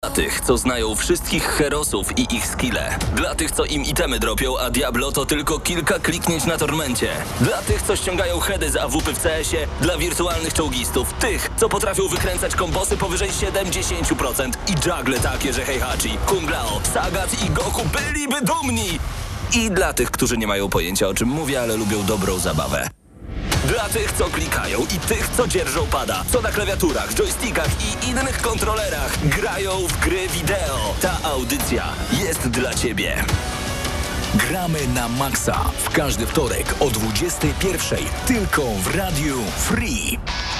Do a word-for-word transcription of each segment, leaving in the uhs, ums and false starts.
Dla tych, co znają wszystkich herosów i ich skille. Dla tych, co im itemy dropią, a Diablo to tylko kilka kliknięć na tormencie. Dla tych, co ściągają heady z A W P w C S-ie. Dla wirtualnych czołgistów. Tych, co potrafią wykręcać kombosy powyżej siedemdziesiąt procent. I juggle takie, że Heihachi, Kung Lao, Sagat i Goku byliby dumni. I dla tych, którzy nie mają pojęcia, o czym mówię, ale lubią dobrą zabawę. Dla tych, co klikają i tych, co dzierżą pada, co na klawiaturach, joystickach i innych kontrolerach grają w gry wideo. Ta audycja jest dla Ciebie. Gramy na maksa w każdy wtorek o dwudziestej pierwszej tylko w Radiu Free.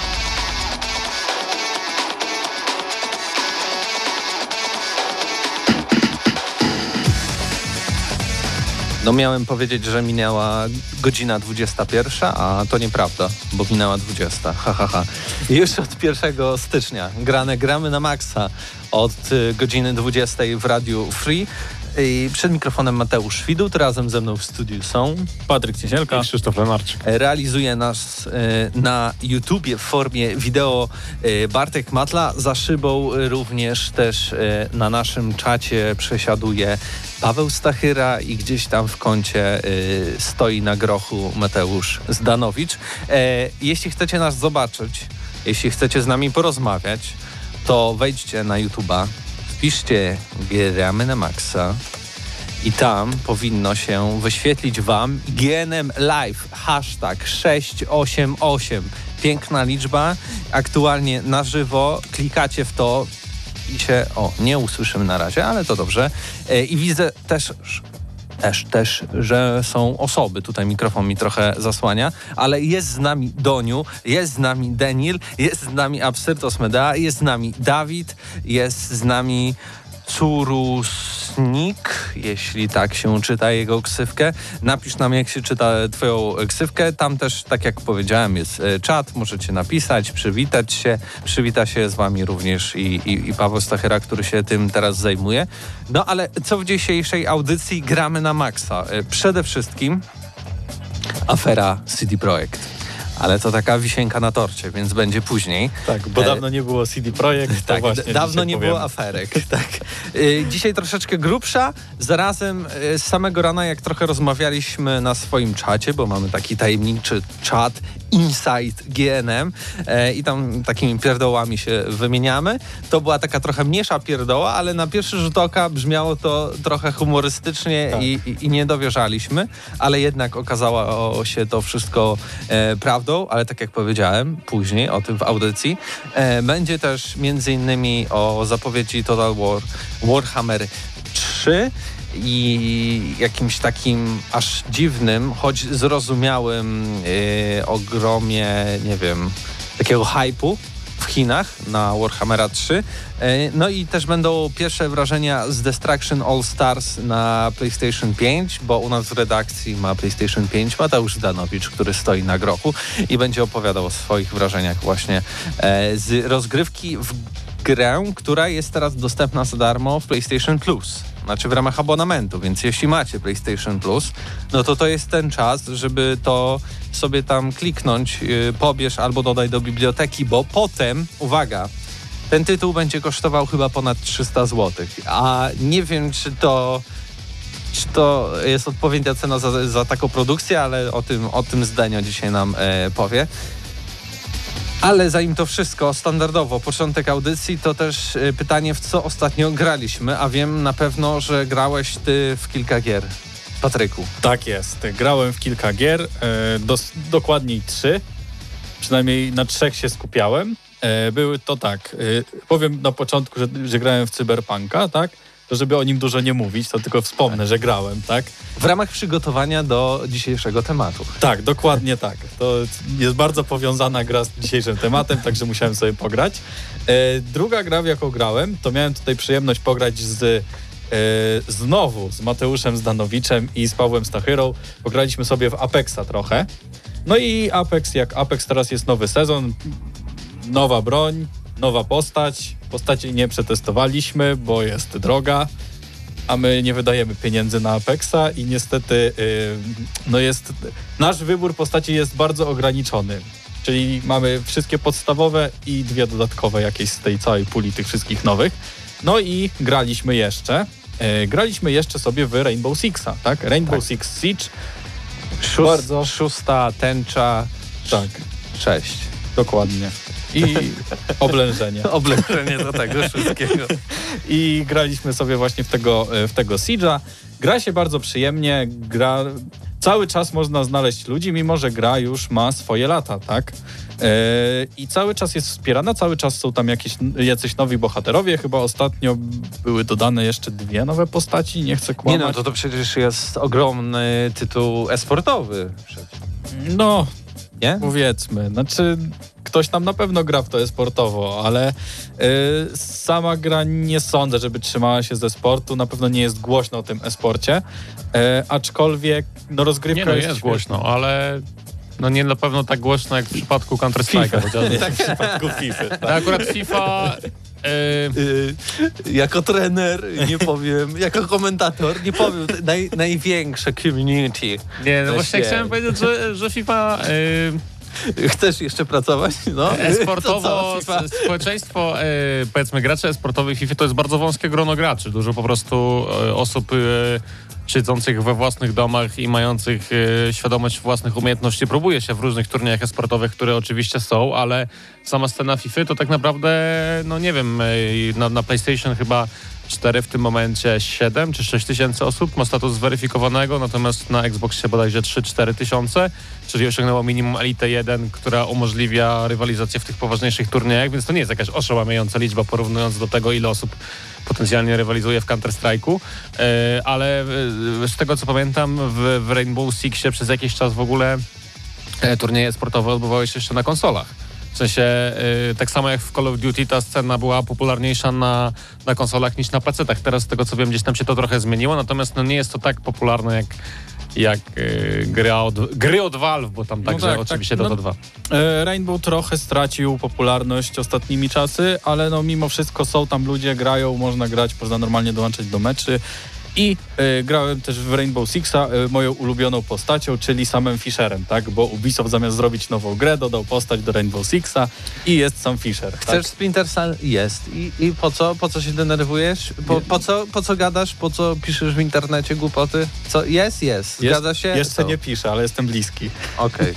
No miałem powiedzieć, że minęła godzina dwudziesta pierwsza, a to nieprawda, bo minęła dwudziesta. Ha, ha, ha. Już od pierwszego stycznia grane gramy na maksa od y, godziny dwudziestej w Radiu Free. I przed mikrofonem Mateusz Widut, razem ze mną w studiu są Patryk Ciesielka i Krzysztof Lemarczyk. Realizuje nas y, na YouTubie w formie wideo y, Bartek Matla. Za szybą również też y, na naszym czacie przesiaduje Paweł Stachyra i gdzieś tam w kącie y, stoi na grochu Mateusz Zdanowicz. E, jeśli chcecie nas zobaczyć, jeśli chcecie z nami porozmawiać, to wejdźcie na YouTuba, wpiszcie Gramy na maksa i tam powinno się wyświetlić Wam G N M Live, hashtag sześć osiem osiem. Piękna liczba, aktualnie na żywo, klikacie w to i się, o, nie usłyszymy na razie, ale to dobrze. E, I widzę też, też, też, że są osoby, tutaj mikrofon mi trochę zasłania, ale jest z nami Doniu, jest z nami Daniel, jest z nami Absyrtos Medea, jest z nami Dawid, jest z nami Curusnik, jeśli tak się czyta jego ksywkę. Napisz nam, jak się czyta twoją ksywkę. Tam też, tak jak powiedziałem, jest czat. Możecie napisać, przywitać się. Przywita się z wami również i, i, i Paweł Stachyra, który się tym teraz zajmuje. No ale co w dzisiejszej audycji gramy na maksa? Przede wszystkim afera C D Projekt. Ale to taka wisienka na torcie, więc będzie później. Tak, bo dawno nie było C D Projekt. Tak, właśnie dawno nie powiemy. było aferek. Tak. Y, dzisiaj troszeczkę grubsza. Zarazem y, z samego rana, jak trochę rozmawialiśmy na swoim czacie, bo mamy taki tajemniczy czat Inside G N M y, i tam takimi pierdołami się wymieniamy. To była taka trochę mniejsza pierdoła, ale na pierwszy rzut oka brzmiało to trochę humorystycznie tak. i, i, i nie dowierzaliśmy, ale jednak okazało się to wszystko y, prawdą. Ale tak jak powiedziałem później o tym w audycji, e, będzie też między innymi o zapowiedzi Total War Warhammer trzy i jakimś takim aż dziwnym, choć zrozumiałym e, ogromie, nie wiem, takiego hype'u w Chinach na Warhammera trzy. No i też będą pierwsze wrażenia z Destruction All Stars na PlayStation pięć, bo u nas w redakcji ma PlayStation pięć Mateusz Zdanowicz, który stoi na grochu i będzie opowiadał o swoich wrażeniach właśnie z rozgrywki w grę, która jest teraz dostępna za darmo w PlayStation Plus. Znaczy w ramach abonamentu, więc jeśli macie PlayStation Plus, no to to jest ten czas, żeby to sobie tam kliknąć, yy, pobierz albo dodaj do biblioteki, bo potem, uwaga, ten tytuł będzie kosztował chyba ponad trzysta złotych, a nie wiem, czy to, czy to jest odpowiednia cena za, za taką produkcję, ale o tym, o tym Zdenio dzisiaj nam e, powie. Ale zanim to wszystko, standardowo, początek audycji, to też y, pytanie, w co ostatnio graliśmy, a wiem na pewno, że grałeś ty w kilka gier. Patryku. Tak jest. Grałem w kilka gier, e, dos, dokładniej trzy. Przynajmniej na trzech się skupiałem. E, były to tak, e, powiem na początku, że, że grałem w Cyberpunka, tak? To żeby o nim dużo nie mówić, to tylko wspomnę, tak. że grałem, tak? W ramach przygotowania do dzisiejszego tematu. Tak, dokładnie tak. To jest bardzo powiązana gra z dzisiejszym tematem, także musiałem sobie pograć. E, druga gra, w jaką grałem, to miałem tutaj przyjemność pograć z e, znowu z Mateuszem Zdanowiczem i z Pawłem Stachyrą. Pograliśmy sobie w Apexa trochę. No i Apex, jak Apex teraz jest nowy sezon, nowa broń, nowa postać. Postaci nie przetestowaliśmy, bo jest droga, a my nie wydajemy pieniędzy na Apexa i niestety yy, no jest, nasz wybór postaci jest bardzo ograniczony. Czyli mamy wszystkie podstawowe i dwie dodatkowe jakieś z tej całej puli tych wszystkich nowych. No i graliśmy jeszcze. E, graliśmy jeszcze sobie w Rainbow Sixa, tak? Rainbow Tak. Six Siege. Szóst, Bardzo. Szósta tęcza. Tak, Sześć. dokładnie. I oblężenie. Oblężenie do tego wszystkiego. I graliśmy sobie właśnie w tego, w tego Siege'a. Gra się bardzo przyjemnie, gra... Cały czas można znaleźć ludzi, mimo że gra już ma swoje lata, tak? Yy, I cały czas jest wspierana, cały czas są tam jakieś, jacyś nowi bohaterowie. Chyba ostatnio były dodane jeszcze dwie nowe postaci, nie chcę Nie kłamać. no, to, to przecież jest ogromny tytuł e-sportowy. Przecież. No, Nie? powiedzmy, znaczy ktoś tam na pewno gra w to e-sportowo, ale y, sama gra nie sądzę, żeby trzymała się ze sportu, na pewno nie jest głośno o tym e-sporcie, y, aczkolwiek no rozgrywka Nie no, jest, jest świetna. głośno, ale no nie na pewno tak głośno jak w przypadku Counter-Strike'a. chociażby. Tak w przypadku FIFA. Tak. Tak, akurat FIFA... y, Yy, jako trener nie powiem, jako komentator nie powiem, naj, największe community. nie, no To właśnie się- chciałem powiedzieć, że, że FIFA... Y, Chcesz jeszcze pracować? No. E-sportowo, To co, FIFA? s- społeczeństwo, e, powiedzmy graczy e-sportowych FIFA to jest bardzo wąskie grono graczy. Dużo po prostu e, osób e, siedzących we własnych domach i mających e, świadomość własnych umiejętności próbuje się w różnych turniejach e-sportowych, które oczywiście są, ale sama scena FIFA to tak naprawdę, no nie wiem, e, na, na PlayStation chyba cztery, w tym momencie siedem czy sześć tysięcy osób ma status zweryfikowanego, natomiast na Xboxie bodajże trzy cztery tysiące, czyli osiągnęło minimum Elite jeden, która umożliwia rywalizację w tych poważniejszych turniejach, więc to nie jest jakaś oszałamiająca liczba, porównując do tego, ile osób potencjalnie rywalizuje w Counter-Strike'u, e, ale e, z tego co pamiętam w, w Rainbow Sixie przez jakiś czas w ogóle e, turnieje sportowe odbywały się jeszcze na konsolach. W sensie, y, tak samo jak w Call of Duty ta scena była popularniejsza na, na konsolach niż na pecetach. Teraz z tego co wiem, gdzieś tam się to trochę zmieniło, natomiast no, nie jest to tak popularne jak, jak y, gry, od, gry od Valve, bo tam No także tak, oczywiście tak, Dota no- dwa. E, Rainbow trochę stracił popularność ostatnimi czasy, ale no mimo wszystko są tam ludzie, grają, można grać, można normalnie dołączać do meczy. I e, grałem też w Rainbow Sixa e, moją ulubioną postacią, czyli samym Fisherem, tak? Bo Ubisoft zamiast zrobić nową grę, dodał postać do Rainbow Sixa i jest sam Fisher. Chcesz Tak? Splinter Cell? Jest. I, i po co? Po co się denerwujesz? Po, po, co, po co gadasz? Po co piszesz w internecie głupoty? Co? Jest? Jest. Zgadza Jest- się? Jeszcze Co? nie piszę, ale jestem bliski. Okej.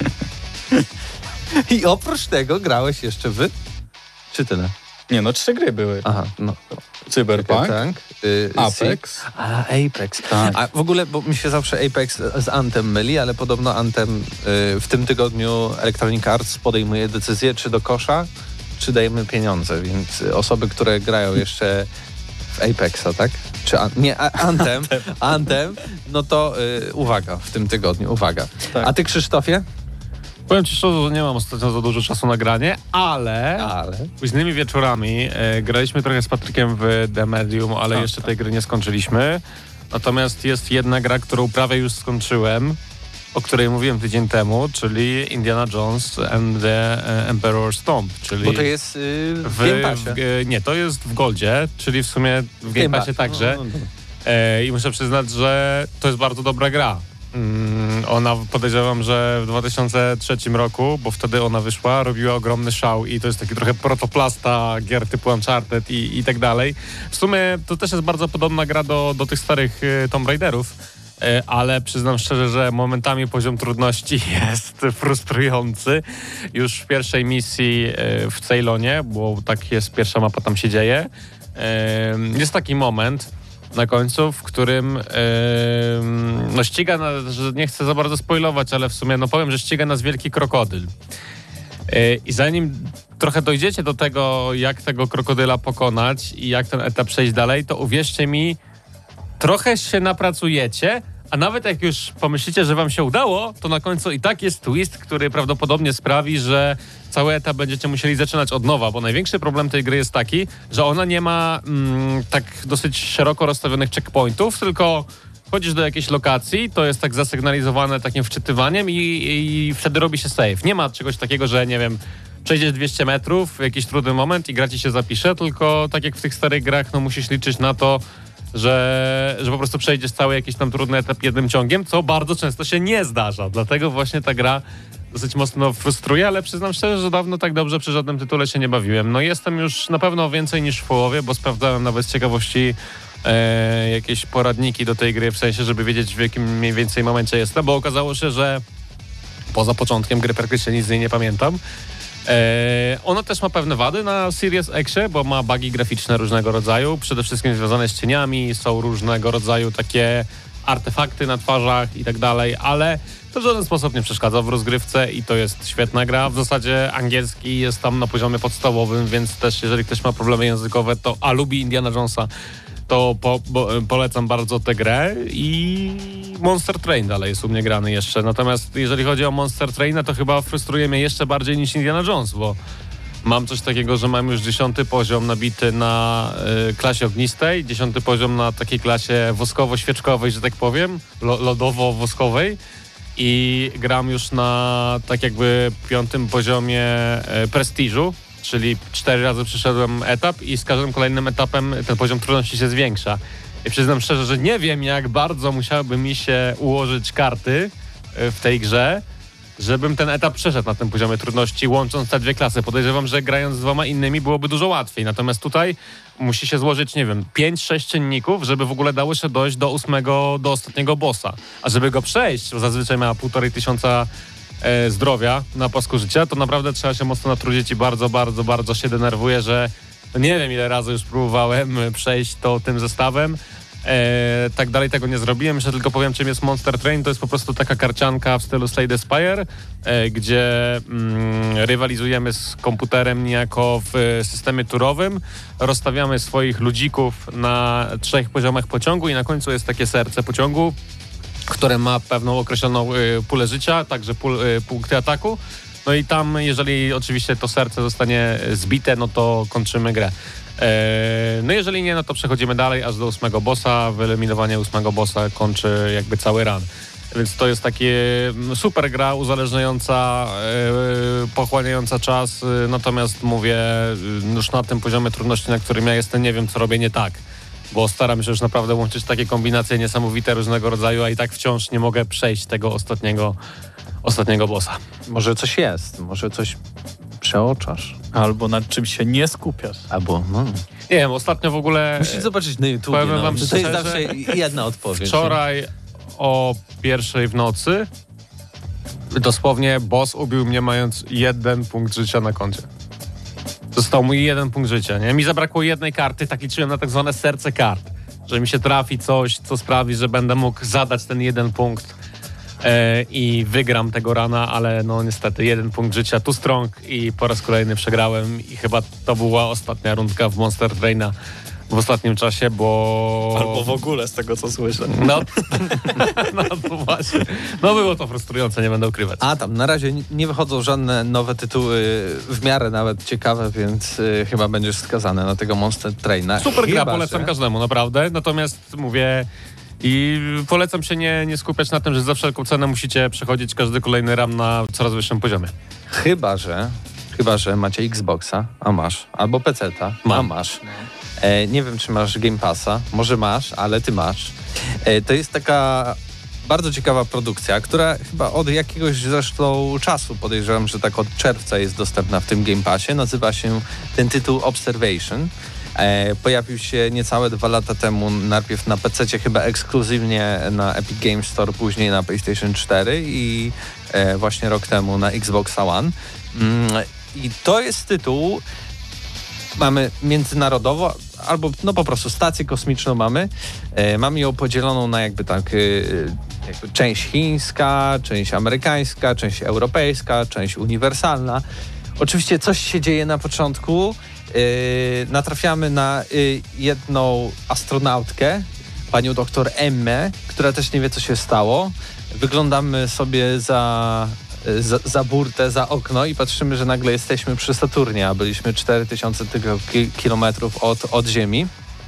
I oprócz tego grałeś jeszcze w... Czy tyle? Nie no, trzy gry były. Aha, no. Cyberpunk, Tak. Y, Apex. A, Apex. Tak. A w ogóle, bo mi się zawsze Apex z Anthem myli, ale podobno Anthem y, w tym tygodniu Electronic Arts podejmuje decyzję, czy do kosza, czy dajemy pieniądze, więc y, osoby, które grają jeszcze w Apexa, tak? Czy an- nie, a, Anthem, Anthem, no to y, uwaga, w tym tygodniu, uwaga. Tak. A ty, Krzysztofie? Powiem ci szczerze, że nie mam ostatnio za dużo czasu na granie, ale Ale... późnymi wieczorami e, graliśmy trochę z Patrykiem w The Medium, ale Tak, jeszcze tak. tej gry nie skończyliśmy. Natomiast jest jedna gra, którą prawie już skończyłem, o której mówiłem tydzień temu, czyli Indiana Jones and the e, Emperor's Tomb, czyli Bo to jest y, w, w, Game Passie. w, e, nie, to jest w Goldzie, czyli w sumie w Game Passie także. No, no, no. E, I muszę przyznać, że to jest bardzo dobra gra. Mm, ona, podejrzewam, że w dwa tysiące trzecim roku, bo wtedy ona wyszła, robiła ogromny szał i to jest taki trochę protoplasta gier typu Uncharted i, i tak dalej. W sumie to też jest bardzo podobna gra do, do tych starych y, Tomb Raiderów, y, ale przyznam szczerze, że momentami poziom trudności jest frustrujący. Już w pierwszej misji y, w Ceylonie, bo tak jest, pierwsza mapa tam się dzieje, y, jest taki moment na końcu, w którym yy, no ściga nas, że nie chcę za bardzo spoilować, ale w sumie no powiem, że ściga nas wielki krokodyl. Yy, I zanim trochę dojdziecie do tego, jak tego krokodyla pokonać i jak ten etap przejść dalej, to uwierzcie mi, trochę się napracujecie, a nawet jak już pomyślicie, że wam się udało, to na końcu i tak jest twist, który prawdopodobnie sprawi, że cały etap będziecie musieli zaczynać od nowa, bo największy problem tej gry jest taki, że ona nie ma mm, tak dosyć szeroko rozstawionych checkpointów, tylko wchodzisz do jakiejś lokacji, to jest tak zasygnalizowane takim wczytywaniem i, i wtedy robi się save. Nie ma czegoś takiego, że nie wiem, przejdziesz dwieście metrów w jakiś trudny moment i gra ci się zapisze, tylko tak jak w tych starych grach, no musisz liczyć na to, że, że po prostu przejdziesz cały jakiś tam trudny etap jednym ciągiem, co bardzo często się nie zdarza. Dlatego właśnie ta gra dosyć mocno frustruje, ale przyznam szczerze, że dawno tak dobrze przy żadnym tytule się nie bawiłem. No jestem już na pewno więcej niż w połowie, bo sprawdzałem nawet z ciekawości e, jakieś poradniki do tej gry, w sensie, żeby wiedzieć, w jakim mniej więcej momencie jestem, bo okazało się, że poza początkiem gry praktycznie nic z niej nie pamiętam. E, ona też ma pewne wady na Series X-ie, bo ma bugi graficzne różnego rodzaju, przede wszystkim związane z cieniami, są różnego rodzaju takie artefakty na twarzach i tak dalej, ale to w żaden sposób nie przeszkadza w rozgrywce i to jest świetna gra. W zasadzie angielski jest tam na poziomie podstawowym, więc też jeżeli ktoś ma problemy językowe, to a lubi Indiana Jonesa, to po, bo, polecam bardzo tę grę i Monster Train dalej jest u mnie grany jeszcze. Natomiast jeżeli chodzi o Monster Train, to chyba frustruje mnie jeszcze bardziej niż Indiana Jones, bo mam coś takiego, że mam już dziesiąty poziom nabity na y, klasie ognistej, dziesiąty poziom na takiej klasie woskowo-świeczkowej, że tak powiem, lo, lodowo-woskowej i gram już na tak jakby piątym poziomie y, prestiżu, czyli cztery razy przeszedłem etap i z każdym kolejnym etapem ten poziom trudności się zwiększa. I przyznam szczerze, że nie wiem, jak bardzo musiałyby mi się ułożyć karty y, w tej grze, żebym ten etap przeszedł na tym poziomie trudności, łącząc te dwie klasy. Podejrzewam, że grając z dwoma innymi byłoby dużo łatwiej. Natomiast tutaj musi się złożyć, nie wiem, pięć sześć czynników, żeby w ogóle dało się dojść do ósmego, do ostatniego bossa. A żeby go przejść, bo zazwyczaj ma półtorej tysiąca e, zdrowia na pasku życia, to naprawdę trzeba się mocno natrudzić i bardzo, bardzo, bardzo się denerwuję, że no nie wiem, ile razy już próbowałem przejść to tym zestawem. E, tak dalej tego nie zrobiłem. Jeszcze tylko powiem, czym jest Monster Train. To jest po prostu taka karcianka w stylu Slay the Spire, e, gdzie mm, rywalizujemy z komputerem niejako w systemie turowym. Rozstawiamy swoich ludzików na trzech poziomach pociągu i na końcu jest takie serce pociągu, które ma pewną określoną y, pulę życia, także pul, y, punkty ataku. No i tam, jeżeli oczywiście to serce zostanie zbite, no to kończymy grę. No jeżeli nie, no to przechodzimy dalej aż do ósmego bossa. Wyeliminowanie ósmego bossa kończy jakby cały run. Więc to jest takie super gra, uzależniająca, yy, pochłaniająca czas. Yy, natomiast mówię, yy, już na tym poziomie trudności, na którym ja jestem, nie wiem, co robię nie tak. Bo staram się już naprawdę łączyć takie kombinacje niesamowite różnego rodzaju, a i tak wciąż nie mogę przejść tego ostatniego, ostatniego bossa. Może coś jest, może coś przeoczasz. Albo nad czym się nie skupiasz. Albo, no. Nie wiem, ostatnio w ogóle... Musisz zobaczyć na YouTube. Powiem No. wam To jest szczerze, zawsze jedna odpowiedź. Wczoraj o pierwszej w nocy dosłownie boss ubił mnie mając jeden punkt życia na koncie. Został mój jeden punkt życia, nie? Mi zabrakło jednej karty, tak liczyłem na tak zwane serce kart. Że mi się trafi coś, co sprawi, że będę mógł zadać ten jeden punkt e, i wygram tego rana, ale no niestety jeden punkt życia too strong i po raz kolejny przegrałem i chyba to była ostatnia rundka w Monster Traina w ostatnim czasie, bo... Albo w ogóle z tego, co słyszę. No, no to właśnie. No było to frustrujące, nie będę ukrywać. A tam na razie nie wychodzą żadne nowe tytuły w miarę nawet ciekawe, więc y, chyba będziesz skazany na tego Monster Traina. Super gra, Chyba, polecam że... każdemu, naprawdę. Natomiast mówię i polecam się nie, nie skupiać na tym, że za wszelką cenę musicie przechodzić każdy kolejny ram na coraz wyższym poziomie. Chyba, że chyba, że macie Xboxa, a masz, albo peceta, a Mam. masz. E, nie wiem, czy masz Game Passa, może masz, ale ty masz. E, to jest taka bardzo ciekawa produkcja, która chyba od jakiegoś zresztą czasu, podejrzewam, że tak od czerwca jest dostępna w tym Game Passie. Nazywa się ten tytuł Observation. E, pojawił się niecałe dwa lata temu, najpierw na pececie, chyba ekskluzywnie na Epic Games Store, później na PlayStation cztery i e, właśnie rok temu na Xboxa One. Mm, I to jest tytuł, mamy międzynarodowo, albo no po prostu stację kosmiczną mamy. E, mamy ją podzieloną na jakby tak e, jakby część chińska, część amerykańska, część europejska, część uniwersalna. Oczywiście coś się dzieje na początku. Yy, natrafiamy na yy, jedną astronautkę, panią doktor Emmę, która też nie wie, co się stało. Wyglądamy sobie za, yy, za, za burtę, za okno i patrzymy, że nagle jesteśmy przy Saturnie, a byliśmy cztery tysiące tylko ki- kilometrów od, od Ziemi.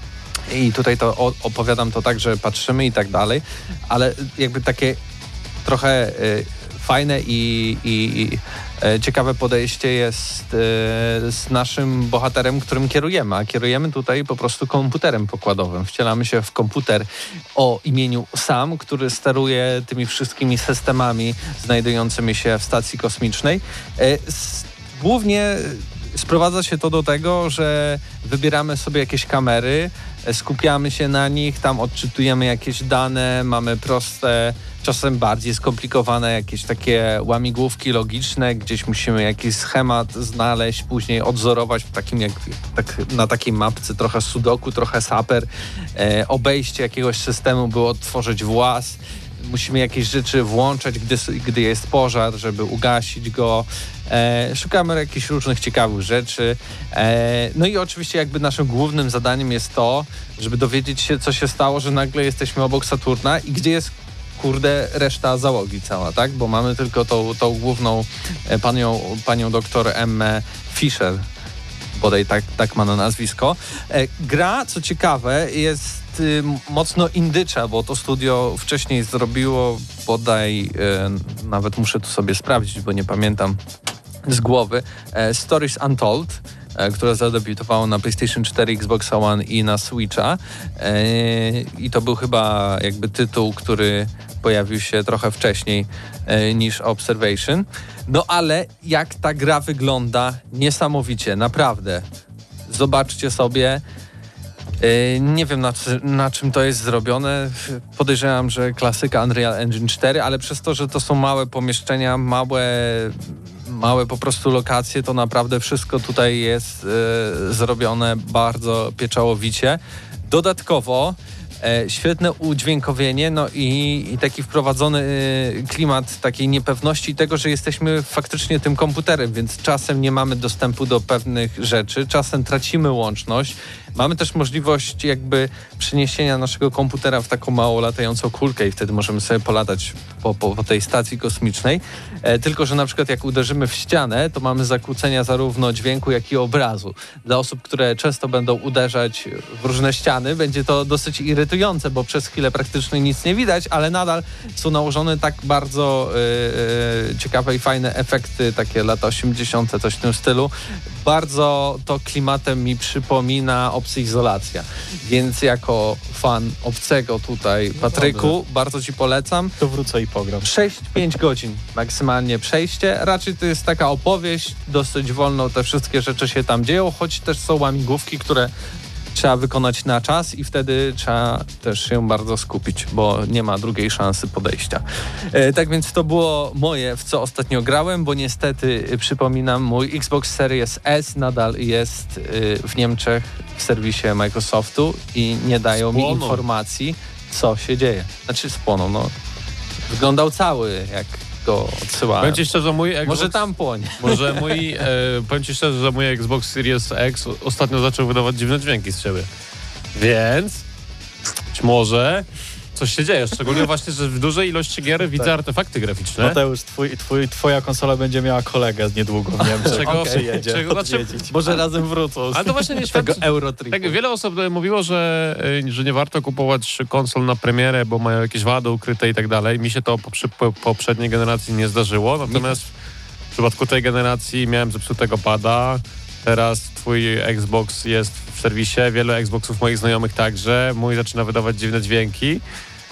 I tutaj to o, opowiadam to tak, że patrzymy i tak dalej, ale jakby takie trochę yy, fajne i, i, i e, ciekawe podejście jest e, z naszym bohaterem, którym kierujemy, a kierujemy tutaj po prostu komputerem pokładowym. Wcielamy się w komputer o imieniu Sam, który steruje tymi wszystkimi systemami znajdującymi się w stacji kosmicznej. E, s, głównie sprowadza się to do tego, że wybieramy sobie jakieś kamery, skupiamy się na nich, tam odczytujemy jakieś dane, mamy proste, czasem bardziej skomplikowane jakieś takie łamigłówki logiczne, gdzieś musimy jakiś schemat znaleźć, później odzorować w takim jak, tak, na takiej mapce trochę sudoku, trochę saper, e, obejście jakiegoś systemu, by odtworzyć włas. Musimy jakieś rzeczy włączać, gdy, gdy jest pożar, żeby ugasić go. E, szukamy jakichś różnych ciekawych rzeczy. E, no i oczywiście jakby naszym głównym zadaniem jest to, żeby dowiedzieć się, co się stało, że nagle jesteśmy obok Saturna i gdzie jest, kurde, reszta załogi cała, tak? Bo mamy tylko tą, tą główną e, panią, panią doktor Emmę Fisher, bodaj tak, tak ma na nazwisko. E, gra, co ciekawe, jest y, mocno indycza, bo to studio wcześniej zrobiło bodaj, y, nawet muszę tu sobie sprawdzić, bo nie pamiętam z głowy, e, Stories Untold, e, które zadebiutowało na PlayStation cztery, Xbox One i na Switcha. E, I to był chyba jakby tytuł, który pojawił się trochę wcześniej e, niż Observation. No ale jak ta gra wygląda, niesamowicie, naprawdę. Zobaczcie sobie. Yy, nie wiem na, na czym to jest zrobione. Podejrzewam, że klasyka Unreal Engine cztery, ale przez to, że to są małe pomieszczenia, małe, małe po prostu lokacje, to naprawdę wszystko tutaj jest yy, zrobione bardzo pieczołowicie. Dodatkowo E, świetne udźwiękowienie, no i, i taki wprowadzony y, klimat takiej niepewności tego, że jesteśmy faktycznie tym komputerem, więc czasem nie mamy dostępu do pewnych rzeczy, czasem tracimy łączność. Mamy też możliwość jakby przeniesienia naszego komputera w taką małą latającą kulkę i wtedy możemy sobie polatać po, po, po tej stacji kosmicznej. E, tylko, że na przykład jak uderzymy w ścianę, to mamy zakłócenia zarówno dźwięku, jak i obrazu. Dla osób, które często będą uderzać w różne ściany, będzie to dosyć irytujące, bo przez chwilę praktycznie nic nie widać, ale nadal są nałożone tak bardzo yy, yy, ciekawe i fajne efekty, takie lata osiemdziesiąte, coś w tym stylu. Bardzo to klimatem mi przypomina Obcy Izolacja, więc jako fan Obcego tutaj, Patryku, Dobrze. bardzo ci polecam. To wrócę i pogram. sześć pięć godzin maksymalnie przejście. Raczej to jest taka opowieść, dosyć wolno te wszystkie rzeczy się tam dzieją, choć też są łamigłówki, które trzeba wykonać na czas i wtedy trzeba też się bardzo skupić, bo nie ma drugiej szansy podejścia. E, tak więc to było moje, w co ostatnio grałem, bo niestety, y, przypominam, mój Xbox Series S nadal jest y, w Niemczech w serwisie Microsoftu i nie dają mi Spłonął. informacji, co się dzieje. Znaczy spłonął, no. Wyglądał cały, jak go odsyłałem. Powiem ci szczerze, mój Xbox... Może tam płonie. Może mój... E, powiem ci szczerze, że mój Xbox Series X ostatnio zaczął wydawać dziwne dźwięki z siebie. Więc... Być może... Coś się dzieje, szczególnie właśnie, że w dużej ilości gier widzę Tak. artefakty graficzne. Mateusz, twój, twój, twoja konsola będzie miała kolegę niedługo w Niemczech. Czego- przyjedzie czego- znaczy- odwiedzić. Może razem wrócą z Ale to właśnie nie tego świadczy... Eurotripu. Tak, wiele osób mówiło, że, y, że nie warto kupować konsol na premierę, bo mają jakieś wady ukryte i tak dalej. Mi się to po, przy po, poprzedniej generacji nie zdarzyło, natomiast w przypadku tej generacji miałem zepsutego pada. Teraz twój Xbox jest w serwisie, wiele Xboxów moich znajomych także. Mój zaczyna wydawać dziwne dźwięki. Yy,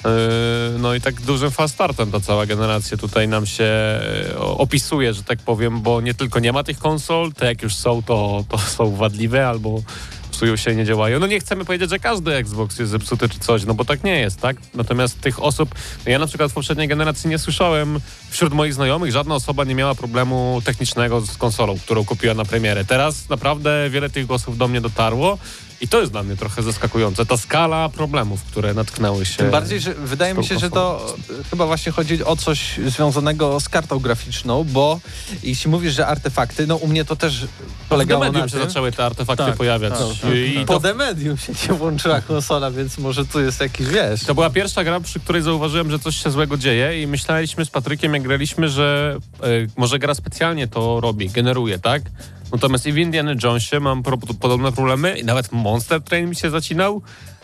No i tak dużym fast startem ta cała generacja tutaj nam się yy, opisuje, że tak powiem, bo nie tylko nie ma tych konsol, te jak już są, to, to są wadliwe albo psują się i nie działają. No nie chcemy powiedzieć, że każdy Xbox jest zepsuty czy coś, no bo tak nie jest, tak? Natomiast tych osób, no ja na przykład w poprzedniej generacji nie słyszałem wśród moich znajomych, żadna osoba nie miała problemu technicznego z konsolą, którą kupiła na premierę. Teraz naprawdę wiele tych głosów do mnie dotarło i to jest dla mnie trochę zaskakujące. Ta skala problemów, które natknęły się. Tym bardziej, że wydaje mi się, że to chyba właśnie chodzi o coś związanego z kartą graficzną, bo jeśli mówisz, że artefakty, no u mnie to też W polegało na medium się tym. zaczęły te artefakty Tak, pojawiać. tak, tak, I tak. to, Po The Medium się nie włączyła konsola, więc może tu jest jakiś, wiesz... to była pierwsza gra, przy której zauważyłem, że coś się złego dzieje i myśleliśmy z Patrykiem, jak graliśmy, że y, może gra specjalnie to robi, generuje, tak? Natomiast i w Indiana Jonesie mam pro, podobne problemy i nawet Monster Train mi się zacinał.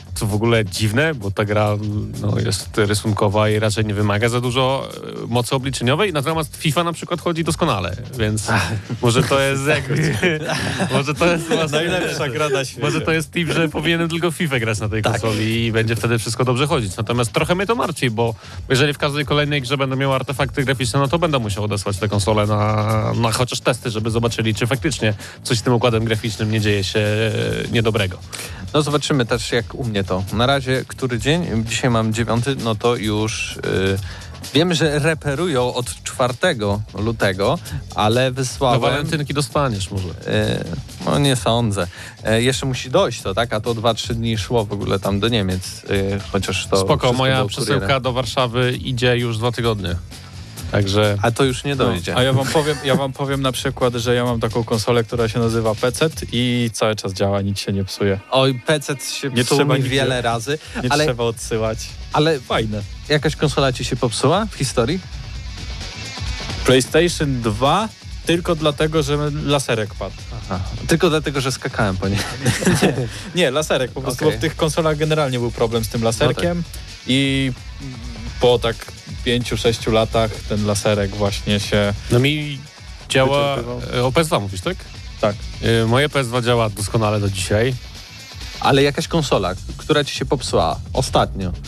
co w ogóle dziwne, bo ta gra no, jest rysunkowa i raczej nie wymaga za dużo e, mocy obliczeniowej, natomiast FIFA na przykład chodzi doskonale, więc może to jest jakby, może to jest właśnie, Najlepsza gra na świecie. może to jest tip, że powinienem tylko FIFA grać na tej konsoli i będzie wtedy wszystko dobrze chodzić. Natomiast trochę mnie to martwi, bo jeżeli w każdej kolejnej grze będę miał artefakty graficzne, no to będę musiał odesłać tę konsolę na, na chociaż testy, żeby zobaczyli, czy faktycznie coś z tym układem graficznym nie dzieje się e, niedobrego. No zobaczymy też jak u mnie to. Na razie który dzień? Dzisiaj mam dziewiąty, no to już yy, wiem, że reperują od czwartego lutego, ale Na wysłałem... walentynki dostaniesz może. Yy, no nie sądzę. Yy, jeszcze musi dojść to, tak? A to dwa trzy dni szło w ogóle tam do Niemiec, yy, chociaż to... Spoko, wszystko moja było przesyłka kurierem. do Warszawy idzie już dwa tygodnie. Także... A to już nie dojdzie. A ja wam powiem, ja wam powiem na przykład, że ja mam taką konsolę, która się nazywa P C i cały czas działa, nic się nie psuje. Oj, P C się Nie psuł trzeba mi nigdzie- wiele razy, Nie ale, trzeba odsyłać. ale Fajne. jakaś konsola ci się popsuła w historii? PlayStation dwa tylko dlatego, że laserek padł. Aha. Tylko dlatego, że skakałem po niej. Nie, laserek po prostu, Okej. bo w tych konsolach generalnie był problem z tym laserkiem i po tak pięciu, sześciu latach ten laserek właśnie się... No mi działa... Wyczerpywał. e, O P S dwa mówisz, tak? Tak. E, Moje P S dwa działa doskonale do dzisiaj. Ale jakaś konsola, która ci się popsuła ostatnio. E,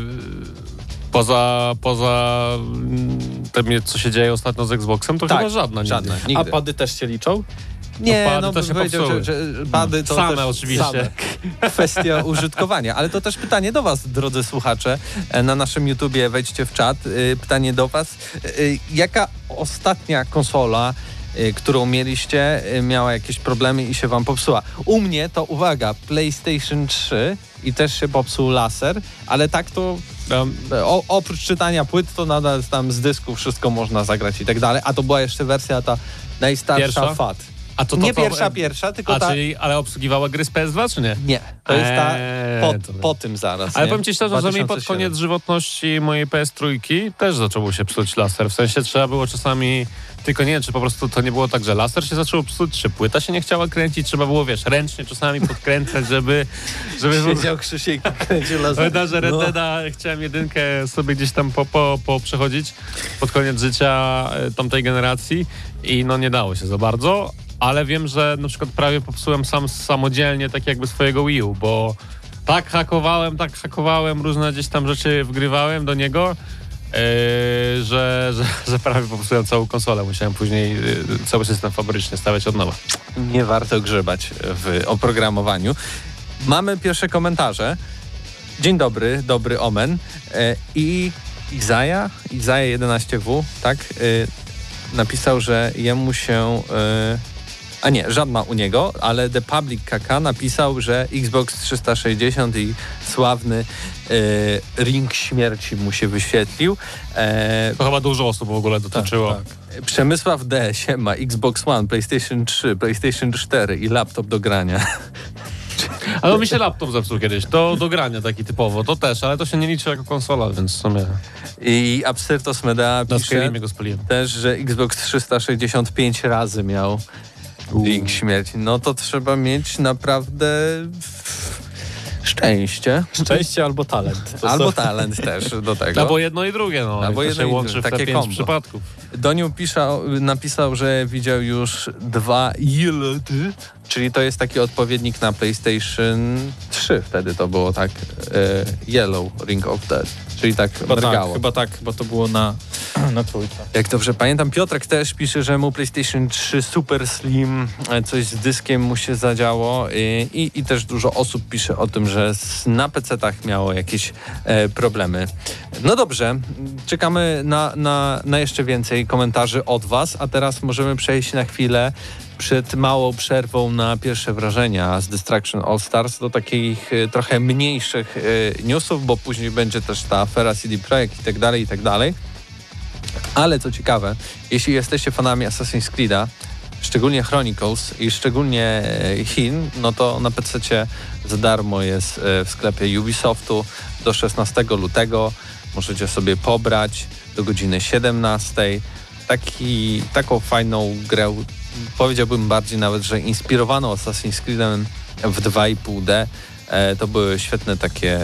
Poza, poza mm, tym, co się dzieje ostatnio z Xboxem, to Tak, chyba żadna nigdy. żadna. A Nigdy. pady też się liczą? Nie, pady no to bym się powiedział, popsuły. że, że bady to Same też oczywiście. same. Kwestia użytkowania. Ale to też pytanie do was, drodzy słuchacze. E, Na naszym YouTubie wejdźcie w czat. E, Pytanie do was. E, Jaka ostatnia konsola, e, którą mieliście, e, miała jakieś problemy i się wam popsuła? U mnie to, uwaga, PlayStation trzy i też się popsuł laser, ale tak to Um, o, oprócz czytania płyt, to nadal tam z dysku wszystko można zagrać i tak dalej. A to była jeszcze wersja ta najstarsza Pierwsza? F A T. a to, to, Nie to, pierwsza, pierwsza, tylko A, ta... czyli, ale obsługiwała gry z P S dwa, czy nie? Nie, to jest ta Eee, po, to- po tym zaraz. Ale nie? powiem ci szczerze, że mi pod dwa tysiące siedem. koniec żywotności mojej P S trzy też zaczęło się psuć laser. W sensie trzeba było czasami, tylko nie wiem, czy po prostu to nie było tak, że laser się zaczął psuć, czy płyta się nie chciała kręcić, trzeba było, wiesz, ręcznie czasami podkręcać, żeby... żeby Siedział Krzysiek i kręcił laser. Pamiętam, że Red No. Deada chciałem jedynkę sobie gdzieś tam po, po, po przechodzić pod koniec życia e, tamtej generacji i no nie dało się za bardzo, ale wiem, że na przykład prawie popsułem sam samodzielnie tak jakby swojego Wii U, bo tak hakowałem, tak hakowałem, różne gdzieś tam rzeczy wgrywałem do niego, e, że, że, że prawie popsułem całą konsolę. Musiałem później e, cały system fabryczny stawiać od nowa. Nie warto grzebać w oprogramowaniu. Mamy pierwsze komentarze. Dzień dobry, dobry omen. E, I Izaja, Izaja jedenaście W, tak, e, napisał, że jemu się... E, a nie, żadna u niego, ale The Public K K napisał, że Xbox trzysta sześćdziesiąt i sławny e, Ring Śmierci mu się wyświetlił. E, To chyba dużo osób w ogóle dotyczyło. Tak. Przemysław D. Siema, Xbox One, PlayStation trzy, PlayStation cztery i laptop do grania. Ale mi się laptop zepsuł kiedyś, to do grania taki typowo, to też, ale to się nie liczy jako konsola, więc w sumie I Absyrtos Medea na pisze Skyrimie go spaliłem. też, że Xbox trzysta sześćdziesiąt pięć razy miał Ring Śmierci. No to trzeba mieć naprawdę szczęście. Szczęście albo talent. To Albo są- talent też do tego. Albo jedno i drugie, no. Albo Albo jedno się i łączy drugie, w te takie pięć kombo. przypadków. Doniu pisał, napisał, że widział już dwa Yellowy, czyli to jest taki odpowiednik na PlayStation trzy. Wtedy to było tak e, Yellow Ring of Death, czyli tak Chyba mrygało. tak, chyba tak, bo to było na, na trójce. Jak dobrze pamiętam, Piotrek też pisze, że mu PlayStation trzy Super Slim, e, coś z dyskiem mu się zadziało i, i, i też dużo osób pisze o tym, że s- na pecetach miało jakieś e, problemy. No dobrze, czekamy na, na, na jeszcze więcej komentarzy od was, a teraz możemy przejść na chwilę przed małą przerwą na pierwsze wrażenia z Destruction All Stars do takich e, trochę mniejszych e, newsów, bo później będzie też ta afera C D Projekt i tak dalej, i tak dalej. Ale co ciekawe, jeśli jesteście fanami Assassin's Creed'a, szczególnie Chronicles i szczególnie e, Chin, no to na pececie za darmo jest e, w sklepie Ubisoftu do szesnastego lutego. Możecie sobie pobrać do godziny siedemnastej. Taki, taką fajną grę, powiedziałbym bardziej nawet, że inspirowaną Assassin's Creed'em w dwa i pół D. E, to były świetne takie,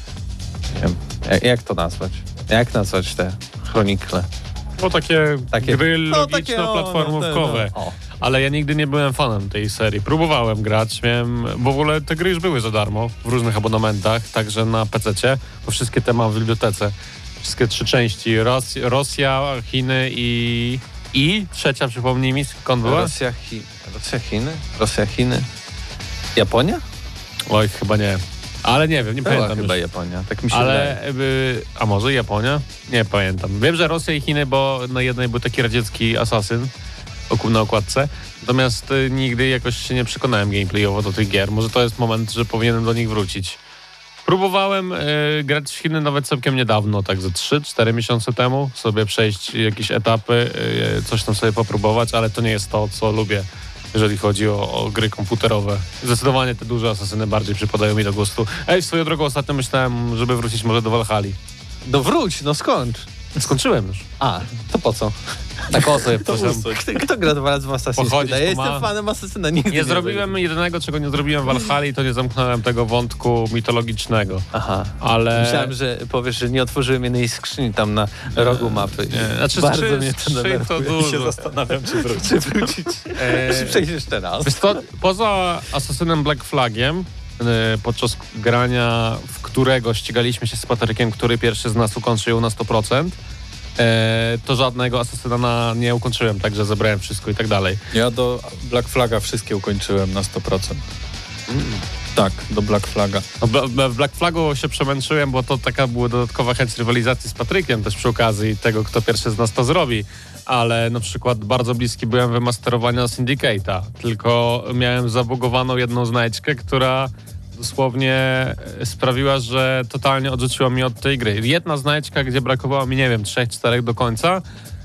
nie wiem, jak, jak to nazwać? Jak nazwać te chronikle? No takie, Takie- gry no, takie, o, logiczno-platformówkowe. no, no, no. O. Ale ja nigdy nie byłem fanem tej serii. Próbowałem grać, miałem... W ogóle te gry już były za darmo w różnych abonamentach, także na pececie, bo wszystkie te mam w bibliotece. Wszystkie trzy części. Ros Rosja, Chiny i... I trzecia, przypomnij mi, skąd była? Rosja, Chi... Rosja, Chiny? Rosja, Chiny? Japonia? Oj, chyba nie. Ale nie wiem, nie Była pamiętam chyba już. Japonia, tak mi się wydaje. Ale, y, a może Japonia? Nie pamiętam. Wiem, że Rosja i Chiny, bo na jednej był taki radziecki asasyn oku- na okładce. Natomiast y, nigdy jakoś się nie przekonałem gameplayowo do tych gier. Może to jest moment, że powinienem do nich wrócić. Próbowałem y, grać w Chiny nawet całkiem niedawno, tak ze trzy cztery miesiące temu, sobie przejść jakieś etapy, y, coś tam sobie popróbować, ale to nie jest to, co lubię, jeżeli chodzi o, o gry komputerowe. Zdecydowanie te duże asasyny bardziej przypadają mi do gustu. Ej, swoją drogą ostatnio myślałem, żeby wrócić może do Valhalli. No wróć, no skończ. Skończyłem już. A, to po co? Tak o sobie proszę. Kto, kto gra dwa razy w Assassin's Pochodzić Creed? Ja po jestem ma- fanem Assassina, nigdy Nie nie zrobiłem jedynego, czego nie zrobiłem w Valhalli, to nie zamknąłem tego wątku mitologicznego. Aha. Ale... Myślałem, że powiesz, że nie otworzyłem jednej skrzyni tam na rogu mapy. Nie, znaczy Bardzo trzy, mnie to trzy to denerwuje. się dużo. zastanawiam, czy wrócić. Czy wrócić? E, Czy przejść jeszcze raz? Wiesz co, poza Assassinem Black Flagiem, y, podczas grania, w którego ścigaliśmy się z Patrykiem, który pierwszy z nas ukończył ją na sto procent, e, to żadnego Assassina na, nie ukończyłem, także zebrałem wszystko i tak dalej. Ja do Black Flaga wszystkie ukończyłem na sto procent. Tak, do Black Flaga. No, bla- w Black Flagu się przemęczyłem, bo to taka była dodatkowa chęć rywalizacji z Patrykiem też przy okazji tego, kto pierwszy z nas to zrobi. Ale na przykład bardzo bliski byłem wymasterowania Syndicate'a, tylko miałem zabugowaną jedną znajdźkę, która dosłownie sprawiła, że totalnie odrzuciła mnie od tej gry. Jedna znajdźka, gdzie brakowało mi, nie wiem, trzech, czterech do końca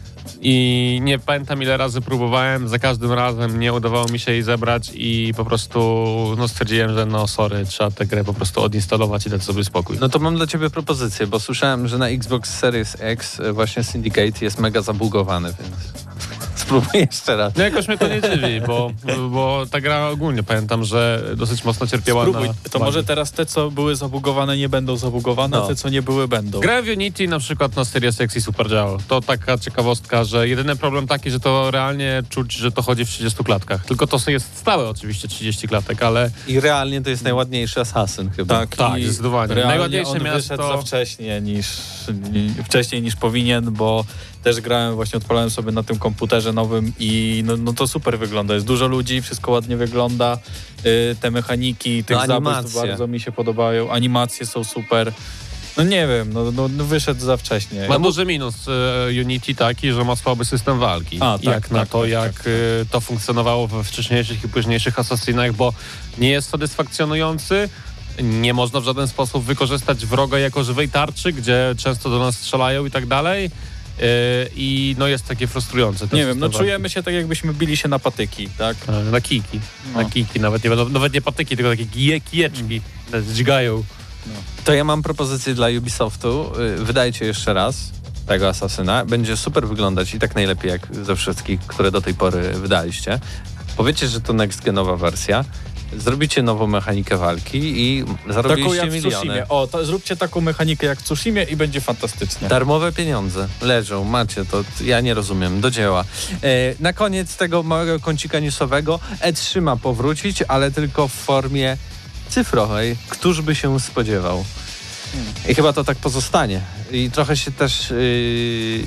i nie pamiętam ile razy próbowałem, za każdym razem nie udawało mi się jej zebrać i po prostu no, stwierdziłem, że no sorry, trzeba tę grę po prostu odinstalować i dać sobie spokój. No to mam dla ciebie propozycję, bo słyszałem, że na Xbox Series X właśnie Syndicate jest mega zabugowany, więc spróbuj jeszcze raz. No jakoś mnie to nie dziwi, bo, bo ta gra ogólnie pamiętam, że dosyć mocno cierpiała Spróbuj. na... To może teraz te, co były zabugowane, nie będą zabugowane, No. a te, co nie były, będą. Grałem w Unity na przykład na Series X i super działał. To taka ciekawostka, że jedyny problem taki, że to realnie czuć, że to chodzi w trzydziestu klatkach. Tylko to jest stałe oczywiście trzydzieści klatek, ale I realnie to jest najładniejszy Assassin chyba. Tak, Tak, i zdecydowanie. realnie Najładniejsze on miasto- wyszedł za wcześnie niż, ni, wcześniej niż powinien, bo też grałem, właśnie odpalałem sobie na tym komputerze nowym i no, no to super wygląda. Jest dużo ludzi, wszystko ładnie wygląda, y, te mechaniki, tych No, zabójstw animacje. bardzo mi się podobają, animacje są super. No nie wiem, no, no, no wyszedł za wcześnie. ma duży minus e, Unity taki, że ma słaby system walki. A, tak, jak na tak, to, tak, jak tak, e, to funkcjonowało we wcześniejszych i późniejszych Assassinach, bo nie jest satysfakcjonujący. Nie można w żaden sposób wykorzystać wroga jako żywej tarczy, gdzie często do nas strzelają i tak dalej. E, I no jest takie frustrujące. ten Nie wiem, no system czujemy się tak, jakbyśmy bili się na patyki, tak? walki. E, Na kijki. No. Na kijki, nawet nie, będą- nawet nie patyki, tylko takie kije, kijeczki. Mm. Dźgają. To ja mam propozycję dla Ubisoftu. Y, Wydajcie jeszcze raz tego Assassina. Będzie super wyglądać i tak najlepiej jak ze wszystkich, które do tej pory wydaliście. Powiecie, że to next-genowa wersja. Zrobicie nową mechanikę walki i Taką zarobiliście jak w miliony. Tsushimie. O, to, zróbcie taką mechanikę jak w Tsushimie i będzie fantastycznie. Darmowe pieniądze leżą, macie to, ja nie rozumiem, do dzieła. E, na koniec tego małego kącika newsowego E trzy ma powrócić, ale tylko w formie cyfrowej. Któż by się spodziewał? I chyba to tak pozostanie. I trochę się też yy,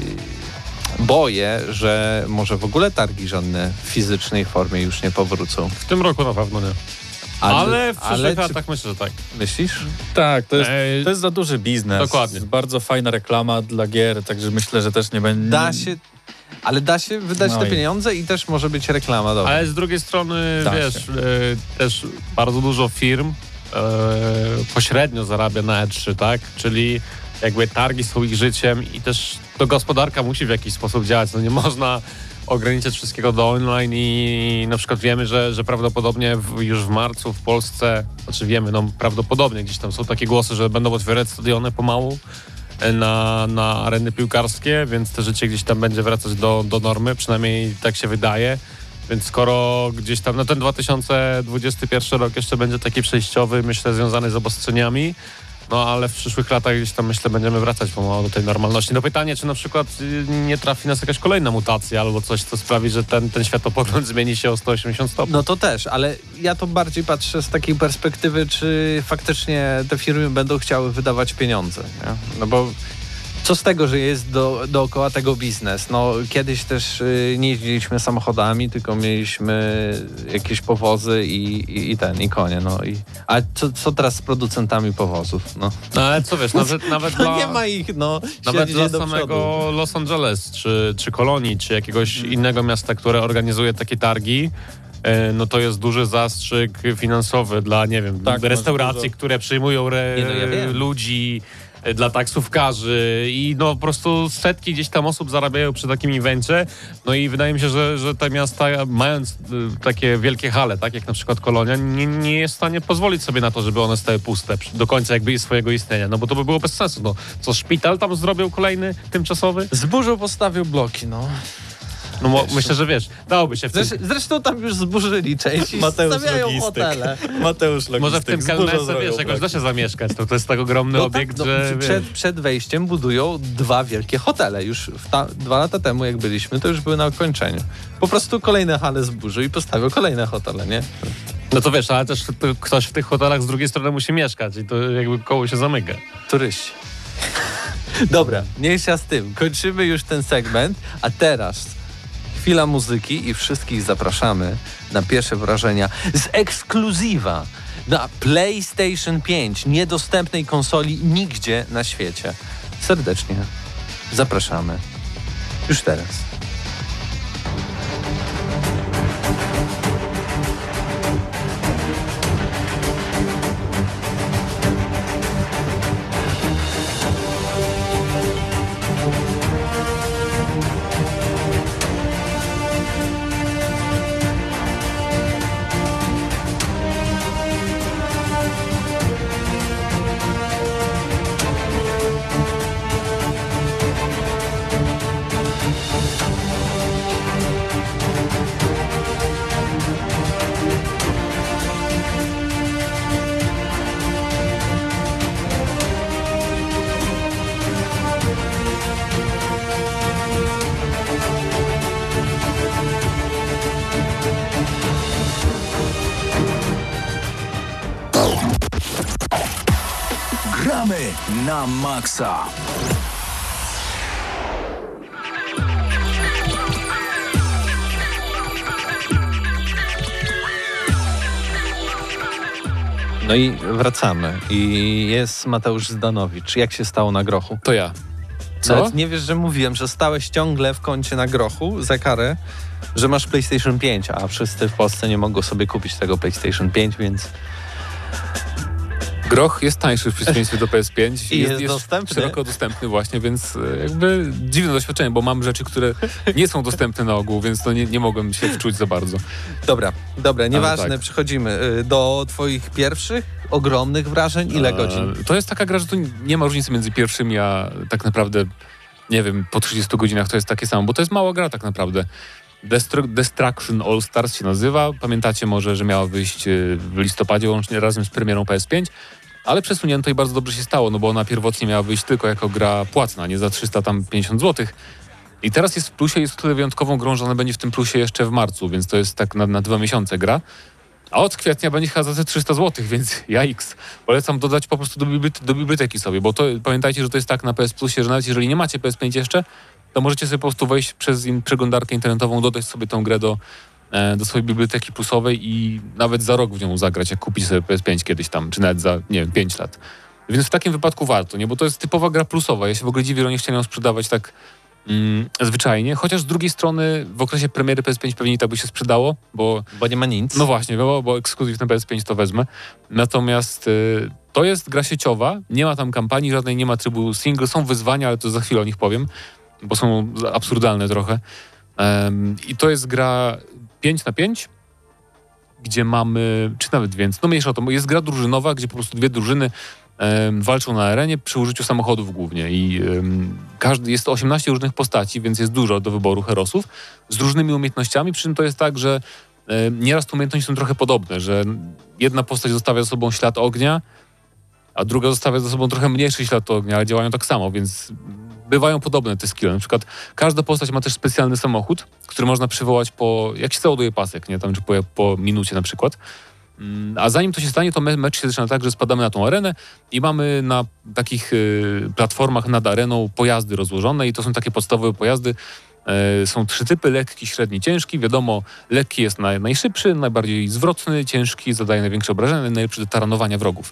boję, że może w ogóle targi żadne w fizycznej formie już nie powrócą. W tym roku na pewno nie. Ale w przyszłych latach myślę, że tak. Myślisz? Tak, to jest, Ej, to jest za duży biznes. Dokładnie. Jest bardzo fajna reklama dla gier, także myślę, że też nie będzie... Da się, ale da się wydać No te i- pieniądze i też może być reklama dobra. Ale z drugiej strony, Da wiesz, się. e, też bardzo dużo firm e, pośrednio zarabia na E trzy, tak? Czyli jakby targi są ich życiem i też to gospodarka musi w jakiś sposób działać. No nie można ograniczać wszystkiego do online i na przykład wiemy, że, że prawdopodobnie w, już w marcu w Polsce, znaczy wiemy, no prawdopodobnie gdzieś tam są takie głosy, że będą otwierać stadiony pomału na, na areny piłkarskie, więc to życie gdzieś tam będzie wracać do, do normy, przynajmniej tak się wydaje. Więc skoro gdzieś tam, no ten dwa tysiące dwudziesty pierwszy rok jeszcze będzie taki przejściowy, myślę, związany z obostrzeniami, no ale w przyszłych latach gdzieś tam, myślę, będziemy wracać pomału do tej normalności. No pytanie, czy na przykład nie trafi nas jakaś kolejna mutacja albo coś, co sprawi, że ten, ten światopogląd zmieni się o sto osiemdziesiąt stopni. No to też, ale ja to bardziej patrzę z takiej perspektywy, czy faktycznie te firmy będą chciały wydawać pieniądze, nie? No bo co z tego, że jest do, dookoła tego biznes? No kiedyś też y, nie jeździliśmy samochodami, tylko mieliśmy jakieś powozy i, i, i ten, i konie, no i... A co, co teraz z producentami powozów, no? No ale co wiesz, nawet, nawet No dla... nie ma ich, no. Nawet siedzi dla do samego przodu. Los Angeles, czy, czy Kolonii, czy jakiegoś innego miasta, które organizuje takie targi, e, no to jest duży zastrzyk finansowy dla, nie wiem, Tak, restauracji, masz dużo. które przyjmują re, Nie, no ja wiem. ludzi, e, dla taksówkarzy i no po prostu setki gdzieś tam osób zarabiają przy takim evencie. No i wydaje mi się, że, że te miasta, mając y, takie wielkie hale, tak jak na przykład Kolonia, nie, nie jest w stanie pozwolić sobie na to, żeby one stały puste przy- do końca jakby swojego istnienia, no bo to by było bez sensu. No, co szpital tam zrobią kolejny, tymczasowy? Zburzył, postawił bloki, no. No mo- myślę, że wiesz, dałoby się w tym... Zresztą, zresztą tam już zburzyli część i Mateusz stawiają Logistyk. hotele. Mateusz Logistyk. Może w tym zburza Kelnece, zrobił wiesz, jakoś da braki. się zamieszkać. To, to jest tak ogromny No obiekt, tak, no, że przed, wiesz, przed wejściem budują dwa wielkie hotele. Już w ta, dwa lata temu, jak byliśmy, to już były na kończeniu. Po prostu kolejne hale zburzył i postawił kolejne hotele, nie? no to wiesz, ale też to, ktoś w tych hotelach z drugiej strony musi mieszkać i to jakby koło się zamyka. Turyści. Dobra, mniejsza z tym. Kończymy już ten segment, a teraz chwila muzyki i wszystkich zapraszamy na pierwsze wrażenia z ekskluzywa na PlayStation pięć, niedostępnej konsoli nigdzie na świecie. Serdecznie zapraszamy już teraz. Gramy na maksa. No i wracamy. I jest Mateusz Zdanowicz. Jak się stało na grochu? To ja. Co? Nawet nie wiesz, że mówiłem, że stałeś ciągle w kącie na grochu za karę, że masz PlayStation pięć, a wszyscy w Polsce nie mogą sobie kupić tego PlayStation pięć, więc Groch jest tańszy w przeciwieństwie do P S pięć. I jest dostępny. szeroko dostępny właśnie, więc e, jakby dziwne doświadczenie, bo mam rzeczy, które nie są dostępne na ogół, więc to nie, nie mogłem się wczuć za bardzo. dobra, dobra, nieważne, tak. przechodzimy y, do twoich pierwszych ogromnych wrażeń. Ile E, godzin? To jest taka gra, że tu nie ma różnicy między pierwszymi, a tak naprawdę, nie wiem, po trzydziestu godzinach to jest takie samo, bo to jest mała gra tak naprawdę. Destru- Destruction All Stars się nazywa. Pamiętacie może, że miała wyjść e, w listopadzie łącznie razem z premierą P S pięć, ale przesunięto i bardzo dobrze się stało, no bo ona pierwotnie miała wyjść tylko jako gra płatna, nie za trzysta pięćdziesiąt złotych. I teraz jest w plusie, jest tyle wyjątkową grą, że ona będzie w tym plusie jeszcze w marcu, więc to jest tak na, na dwa miesiące gra. A od kwietnia będzie chyba za te trzysta złotych, więc jajks. Polecam dodać po prostu do, bibliot- do biblioteki sobie, bo to pamiętajcie, że to jest tak na P S Plusie, że nawet jeżeli nie macie P S pięć jeszcze, to możecie sobie po prostu wejść przez in- przeglądarkę internetową, dodać sobie tą grę do, e, do swojej biblioteki plusowej i nawet za rok w nią zagrać, jak kupicie sobie P S pięć kiedyś tam, czy nawet za, nie wiem, pięć lat. Więc w takim wypadku warto, nie? Bo to jest typowa gra plusowa. Ja się w ogóle dziwię, że nie chcieli ją sprzedawać tak mm, zwyczajnie, chociaż z drugiej strony w okresie premiery P S pięć pewnie i tak by się sprzedało, bo Bo nie ma nic. no właśnie, bo, bo ekskluzyw na P S pięć to wezmę. Natomiast y, to jest gra sieciowa, nie ma tam kampanii żadnej, nie ma trybu single, są wyzwania, ale to za chwilę o nich powiem, bo są absurdalne trochę. Um, I to jest gra pięć na pięć, gdzie mamy, czy nawet więcej, no mniejsza o to, jest gra drużynowa, gdzie po prostu dwie drużyny em, walczą na arenie przy użyciu samochodów głównie i em, każdy, jest to osiemnaście różnych postaci, więc jest dużo do wyboru herosów z różnymi umiejętnościami, przy czym to jest tak, że em, nieraz te umiejętności są trochę podobne, że jedna postać zostawia za sobą ślad ognia, a druga zostawia za sobą trochę mniejszy ślad ognia, ale działają tak samo, więc bywają podobne te skille. Na przykład każda postać ma też specjalny samochód, który można przywołać po, jak się załaduje pasek, nie? Tam, czy po, po minucie na przykład. Mm, A zanim to się stanie, to me- mecz się zaczyna tak, że spadamy na tą arenę i mamy na takich y, platformach nad areną pojazdy rozłożone i to są takie podstawowe pojazdy. Y, są trzy typy, lekki, średni, ciężki. Wiadomo, lekki jest naj, najszybszy, najbardziej zwrotny, ciężki zadaje największe obrażenia, najlepszy do taranowania wrogów.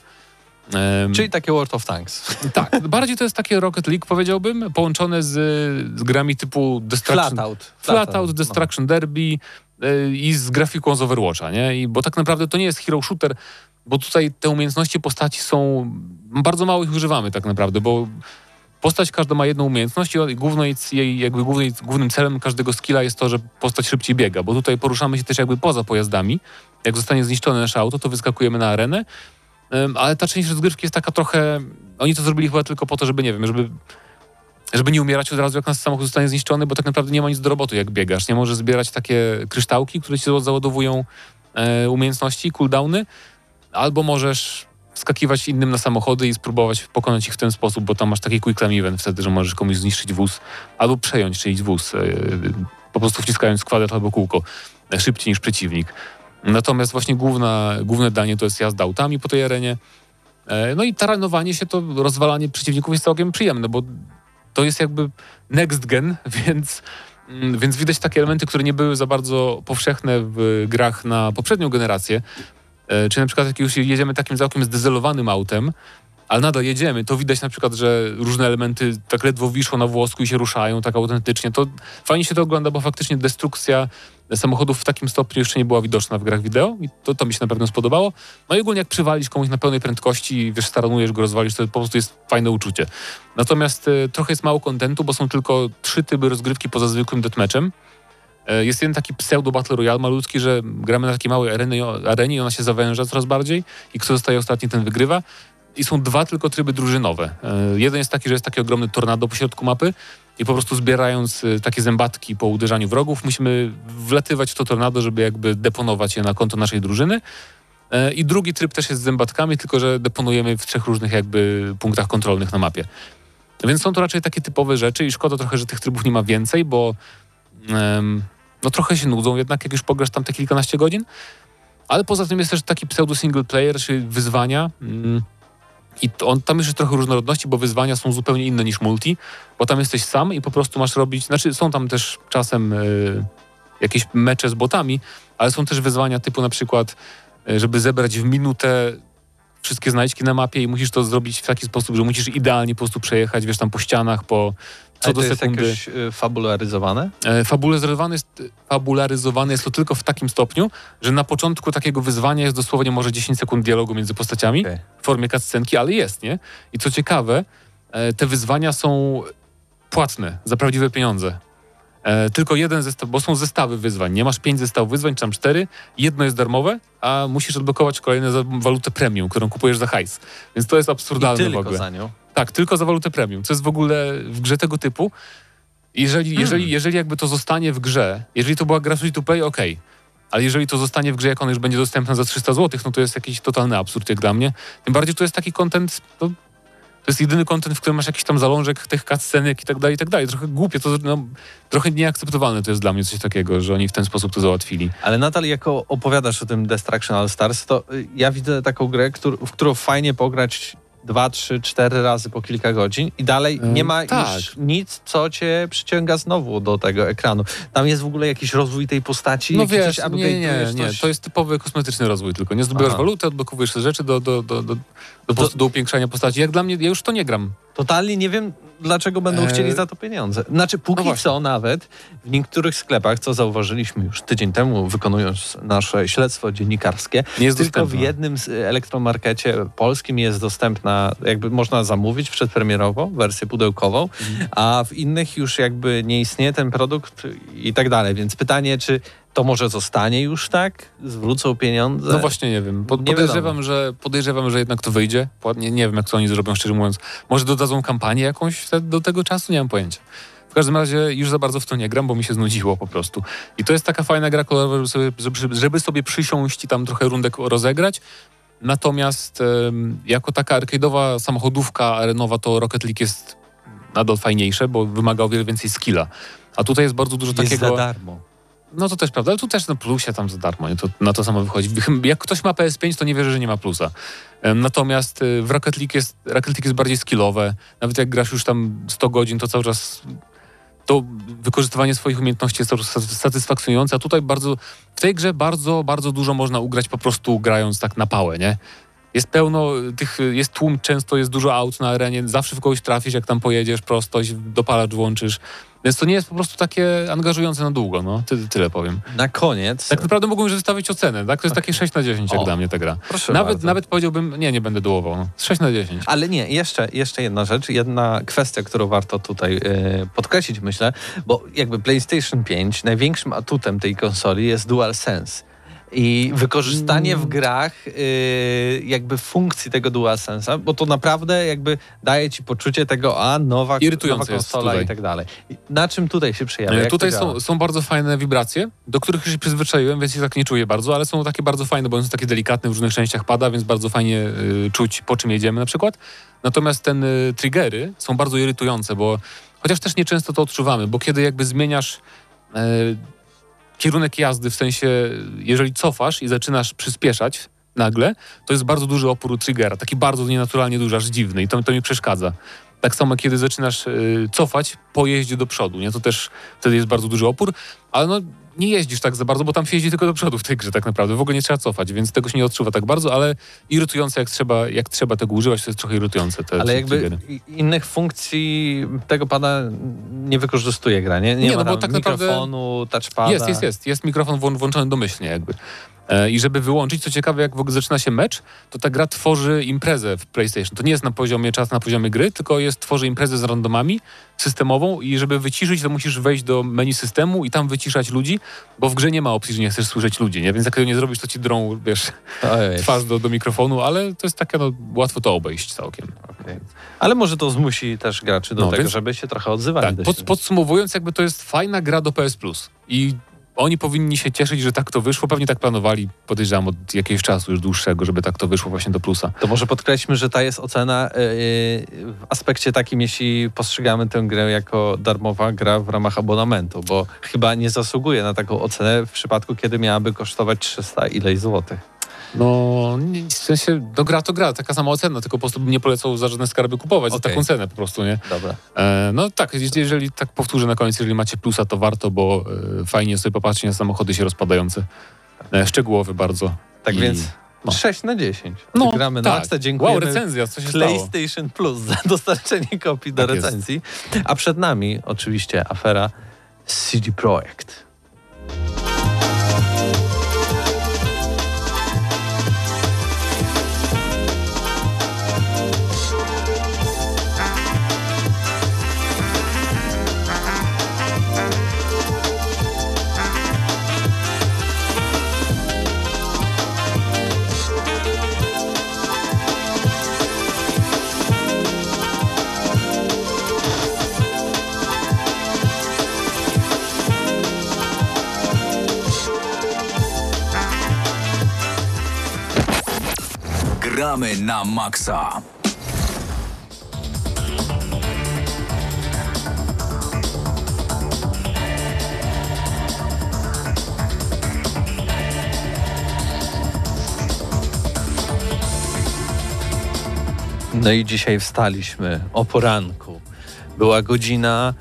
Em, Czyli takie World of Tanks. tak, bardziej to jest takie Rocket League, powiedziałbym, połączone z, z grami typu Destruction, Flatout. Flatout, Destruction Derby y, i z grafiką z Overwatcha, nie? I bo tak naprawdę to nie jest hero shooter, bo tutaj te umiejętności postaci są, bardzo mało ich używamy tak naprawdę, bo postać każda ma jedną umiejętność i głównej, jej, jakby głównej, głównym celem każdego skilla jest to, że postać szybciej biega, bo tutaj poruszamy się też jakby poza pojazdami. Jak zostanie zniszczone nasze auto, to wyskakujemy na arenę. Ale ta część rozgrywki jest taka trochę... Oni to zrobili chyba tylko po to, żeby, nie wiem, żeby, żeby nie umierać od razu, jak nasz samochód zostanie zniszczony, bo tak naprawdę nie ma nic do roboty, jak biegasz. Nie możesz zbierać takie kryształki, które ci załadowują e, umiejętności, cooldowny, albo możesz wskakiwać innym na samochody i spróbować pokonać ich w ten sposób, bo tam masz taki quick time event wtedy, że możesz komuś zniszczyć wóz, albo przejąć czyjś wóz, e, po prostu wciskając kwadrat albo kółko, e, szybciej niż przeciwnik. Natomiast właśnie główna, główne danie to jest jazda autami po tej arenie. No i taranowanie się, to rozwalanie przeciwników jest całkiem przyjemne, bo to jest jakby next gen, więc, więc widać takie elementy, które nie były za bardzo powszechne w grach na poprzednią generację. Czy na przykład jak już jedziemy takim całkiem zdezelowanym autem, ale nadal jedziemy, to widać na przykład, że różne elementy tak ledwo wiszą na włosku i się ruszają tak autentycznie. To fajnie się to ogląda, bo faktycznie destrukcja samochodów w takim stopniu jeszcze nie była widoczna w grach wideo i to, to mi się na pewno spodobało. No i ogólnie jak przywalisz komuś na pełnej prędkości, wiesz, staranujesz go, rozwalisz, to po prostu jest fajne uczucie. Natomiast e, trochę jest mało kontentu, bo są tylko trzy typy rozgrywki poza zwykłym deathmatchem. E, jest jeden taki pseudo battle royale malutki, że gramy na takiej małej arenie, arenie i ona się zawęża coraz bardziej i kto zostaje ostatni, ten wygrywa. I są dwa tylko tryby drużynowe. E, jeden jest taki, że jest taki ogromny tornado po środku mapy i po prostu zbierając e, takie zębatki po uderzaniu wrogów, musimy wlatywać w to tornado, żeby jakby deponować je na konto naszej drużyny. E, I drugi tryb też jest z zębatkami, tylko że deponujemy w trzech różnych jakby punktach kontrolnych na mapie. Więc są to raczej takie typowe rzeczy i szkoda trochę, że tych trybów nie ma więcej, bo em, no trochę się nudzą jednak, jak już pograsz tam te kilkanaście godzin. Ale poza tym jest też taki pseudo single player, czyli wyzwania. Mm, I to on, tam już jest trochę różnorodności, bo wyzwania są zupełnie inne niż multi, bo tam jesteś sam i po prostu masz robić, znaczy są tam też czasem y, jakieś mecze z botami, ale są też wyzwania typu na przykład, y, żeby zebrać w minutę wszystkie znajdźki na mapie i musisz to zrobić w taki sposób, że musisz idealnie po prostu przejechać, wiesz, tam po ścianach, po co Ale do to jest sekundy. jakoś y, fabularyzowane? E, Fabularyzowany jest, fabularyzowane jest to tylko w takim stopniu, że na początku takiego wyzwania jest dosłownie może dziesięć sekund dialogu między postaciami Okay. w formie cutscenki, ale jest, nie? I co ciekawe, e, te wyzwania są płatne za prawdziwe pieniądze. E, tylko jeden zestaw, bo są zestawy wyzwań. Nie masz pięć zestawów wyzwań, czy tam cztery. Jedno jest darmowe, a musisz odblokować kolejne za walutę premium, którą kupujesz za hajs. Więc to jest I absurdalne w tylko ogóle. za nią. Tak, tylko za walutę premium, co jest w ogóle w grze tego typu. Jeżeli, Hmm. jeżeli, jeżeli jakby to zostanie w grze, jeżeli to była gra free to play, okej. Ale jeżeli to zostanie w grze, jak ona już będzie dostępna za trzysta złotych, no to jest jakiś totalny absurd jak dla mnie. Tym bardziej to jest taki content, to, to jest jedyny content, w którym masz jakiś tam zalążek tych cutscenek i tak dalej, i tak dalej. Trochę głupie, to no, trochę nieakceptowalne to jest dla mnie coś takiego, że oni w ten sposób to załatwili. Ale nadal jako opowiadasz o tym Destruction All Stars, to y, ja widzę taką grę, któr- w którą fajnie pograć dwa, trzy, cztery razy po kilka godzin i dalej Ym, nie ma tak. już nic, co cię przyciąga znowu do tego ekranu. Tam jest w ogóle jakiś rozwój tej postaci, No jakiś wiesz, coś nie, nie, update'ujesz, nie, coś- to jest typowy kosmetyczny rozwój tylko. Nie zdobywasz Aha. waluty, odblokowujesz te rzeczy do, do, do, do, do, po prostu do upiększania postaci. Jak dla mnie, ja już to nie gram. Totalnie nie wiem, dlaczego będą Eee, chcieli za to pieniądze. Znaczy, póki no właśnie. co nawet w niektórych sklepach, co zauważyliśmy już tydzień temu, wykonując nasze śledztwo dziennikarskie, Nie jest tylko w dostępna. jednym z elektromarkecie polskim jest dostępna, jakby można zamówić przedpremierowo, wersję pudełkową, Mhm. a w innych już jakby nie istnieje ten produkt i tak dalej. Więc pytanie, czy to może zostanie już tak? Zwrócą pieniądze? No właśnie nie wiem. Po, Nie podejrzewam, wiadomo. że, podejrzewam, że jednak to wyjdzie. Nie, nie wiem, jak to oni zrobią, szczerze mówiąc. Może dodadzą kampanię jakąś te- do tego czasu? Nie mam pojęcia. W każdym razie już za bardzo w to nie gram, bo mi się znudziło po prostu. I to jest taka fajna gra kolorowa, żeby sobie, żeby, żeby sobie przysiąść i tam trochę rundek rozegrać. Natomiast em, jako taka arcade'owa samochodówka arenowa to Rocket League jest nadal fajniejsze, bo wymaga o wiele więcej skilla. A tutaj jest bardzo dużo Jest takiego... za darmo. No to też prawda, ale tu też na plusie tam za darmo, nie? To na to samo wychodzi. Jak ktoś ma P S pięć, to nie wierzy, że nie ma plusa. Em, Natomiast y, w Rocket League jest, Rocket League jest bardziej skillowe. Nawet jak grasz już tam sto godzin, to cały czas to wykorzystywanie swoich umiejętności jest cały czas satysfakcjonujące, a tutaj bardzo, w tej grze bardzo, bardzo dużo można ugrać po prostu grając tak na pałę, nie? Jest pełno tych, jest tłum, często jest dużo aut na arenie, zawsze w kogoś trafisz, jak tam pojedziesz prosto, dopalacz włączysz. Więc to nie jest po prostu takie angażujące na długo, no. Ty, tyle powiem. Na koniec... Tak naprawdę mógłbym już wystawić ocenę, tak? To jest takie sześć na dziesięć, jak O, dla mnie ta gra. Proszę Nawet, bardzo. nawet powiedziałbym, nie, nie będę dołował, no. sześć na dziesięć. Ale nie, jeszcze, jeszcze jedna rzecz, jedna kwestia, którą warto tutaj y, podkreślić, myślę, bo jakby PlayStation pięć, największym atutem tej konsoli jest DualSense. I wykorzystanie w grach y, jakby funkcji tego DualSense'a, bo to naprawdę jakby daje ci poczucie tego, a nowa, Irytujące nowa jest konsola tutaj. i tak dalej. I na czym tutaj się przejawia? E, Jak Tutaj to działa? są, są bardzo fajne wibracje, do których już się przyzwyczaiłem, więc się tak nie czuję bardzo, ale są takie bardzo fajne, bo one są takie delikatne, w różnych częściach pada, więc bardzo fajnie y, czuć, po czym jedziemy na przykład. Natomiast ten y, triggery są bardzo irytujące, bo chociaż też nieczęsto to odczuwamy, bo kiedy jakby zmieniasz y, kierunek jazdy, w sensie jeżeli cofasz i zaczynasz przyspieszać nagle, to jest bardzo duży opór u triggera, taki bardzo nienaturalnie duży, aż dziwny i to, to mi przeszkadza. Tak samo kiedy zaczynasz y, cofać po jeździe do przodu, nie? To też wtedy jest bardzo duży opór, ale no nie jeździsz tak za bardzo, bo tam się jeździ tylko do przodu w tej grze tak naprawdę. W ogóle nie trzeba cofać, więc tego się nie odczuwa tak bardzo, ale irytujące jak trzeba, jak trzeba tego używać, to jest trochę irytujące te, Ale te jakby triggery. i- innych funkcji tego pada nie wykorzystuje gra, nie? Nie, Nie, ma no bo tam tak naprawdę- mikrofonu, touchpada. Jest, jest, jest. Jest mikrofon włą- włączony domyślnie jakby. E, I żeby wyłączyć, co ciekawe, jak w ogóle zaczyna się mecz, to ta gra tworzy imprezę w PlayStation. To nie jest na poziomie czas, na poziomie gry, tylko jest, tworzy imprezę z randomami, systemową i żeby wyciszyć, to musisz wejść do menu systemu i tam wyciszać ludzi, bo w grze nie ma opcji, że nie chcesz słyszeć ludzi, nie? Więc jak tego nie zrobisz, to ci drą, wiesz, Ojej. twarz do, do mikrofonu, ale to jest takie, no, łatwo to obejść całkiem. Okej. Ale może to zmusi też graczy do No, tego, więc- żeby się trochę odzywali. Tak, do pod, siebie. podsumowując, jakby to jest fajna gra do P S Plus i oni powinni się cieszyć, że tak to wyszło. Pewnie tak planowali, podejrzewam, od jakiegoś czasu już dłuższego, żeby tak to wyszło właśnie do plusa. To może podkreślmy, że ta jest ocena yy, w aspekcie takim, jeśli postrzegamy tę grę jako darmowa gra w ramach abonamentu, bo chyba nie zasługuje na taką ocenę w przypadku, kiedy miałaby kosztować trzysta ileś złotych. No, nie- w sensie, no gra to gra, taka sama ocena, tylko po prostu bym nie polecał za żadne skarby kupować, za Okej. taką cenę po prostu, nie? Dobra. E, no tak, jeżeli, jeżeli tak powtórzę na koniec, jeżeli macie plusa, to warto, bo e, fajnie sobie popatrzeć na samochody się rozpadające. E, szczegółowy bardzo. Tak I- więc no. sześć na dziesięć. No, Gramy na tak. akcję. Dziękujemy. Wow, recenzja, co się stało? PlayStation Plus za dostarczenie kopii do Tak jest. recenzji. A przed nami oczywiście afera C D Projekt. Gramy na maksa. No i dzisiaj wstaliśmy o poranku. Była godzina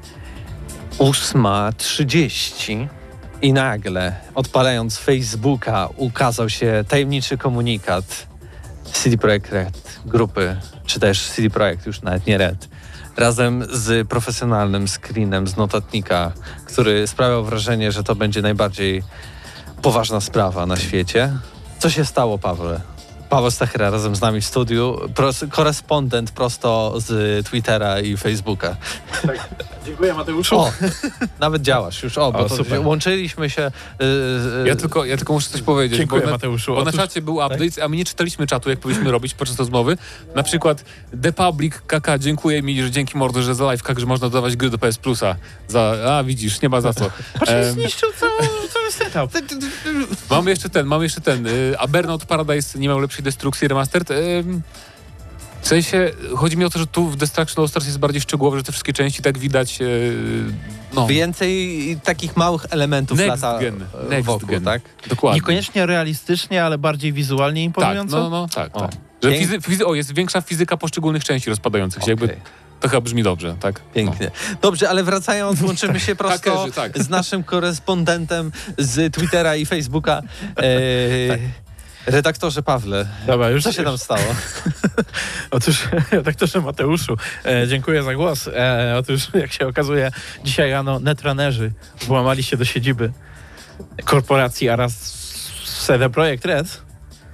ósma trzydzieści i nagle, odpalając Facebooka, ukazał się tajemniczy komunikat C D Projekt Red, grupy, czy też C D Projekt, już nawet nie Red, razem z profesjonalnym screenem z notatnika, który sprawiał wrażenie, że to będzie najbardziej poważna sprawa na świecie. Co się stało, Pawle? Paweł Stachera razem z nami w studiu, pros- korespondent prosto z Twittera i Facebooka. Tak. Dziękuję, Mateuszu. O, nawet działasz już, o, bo O, to super. łączyliśmy się. Yy, yy, Ja tylko, ja tylko muszę coś powiedzieć. Dziękuję, bo na, Mateuszu. Bo na Otóż- czacie był update, a my nie czytaliśmy czatu, jak powinniśmy robić podczas rozmowy. Na przykład The Public K K dziękuję mi, że dzięki mordo, że za live'kach, że można dodawać gry do P S Plusa. Za, a widzisz, nie ma za co. Patrz, Em, zniszczył cały, cały setup. Mamy jeszcze ten, mamy jeszcze ten. y, A Burnout Paradise nie miał lepszej destrukcji remastered. Ym, W sensie, chodzi mi o to, że tu w Destruction All Stars jest bardziej szczegółowe, że te wszystkie części tak widać, yy, no, Więcej takich małych elementów Next lata gen, e, next wokół, gen. tak? dokładnie. Niekoniecznie realistycznie, ale bardziej wizualnie Tak, imponująco. no, no, tak, O. tak. Że Pięk- fizy, fizy, o, jest większa fizyka poszczególnych części rozpadających się, Okej. jakby to chyba brzmi dobrze, tak? Pięknie. Dobrze, ale wracając, łączymy się prosto Hakerzy, tak. z naszym korespondentem z Twittera i Facebooka. E, Redaktorze Pawle, Dobra, już co się tam stało? Otóż, redaktorze Mateuszu, e, dziękuję za głos. E, otóż, jak się okazuje, dzisiaj rano netrunnerzy włamali się do siedziby korporacji Aras C D Projekt Red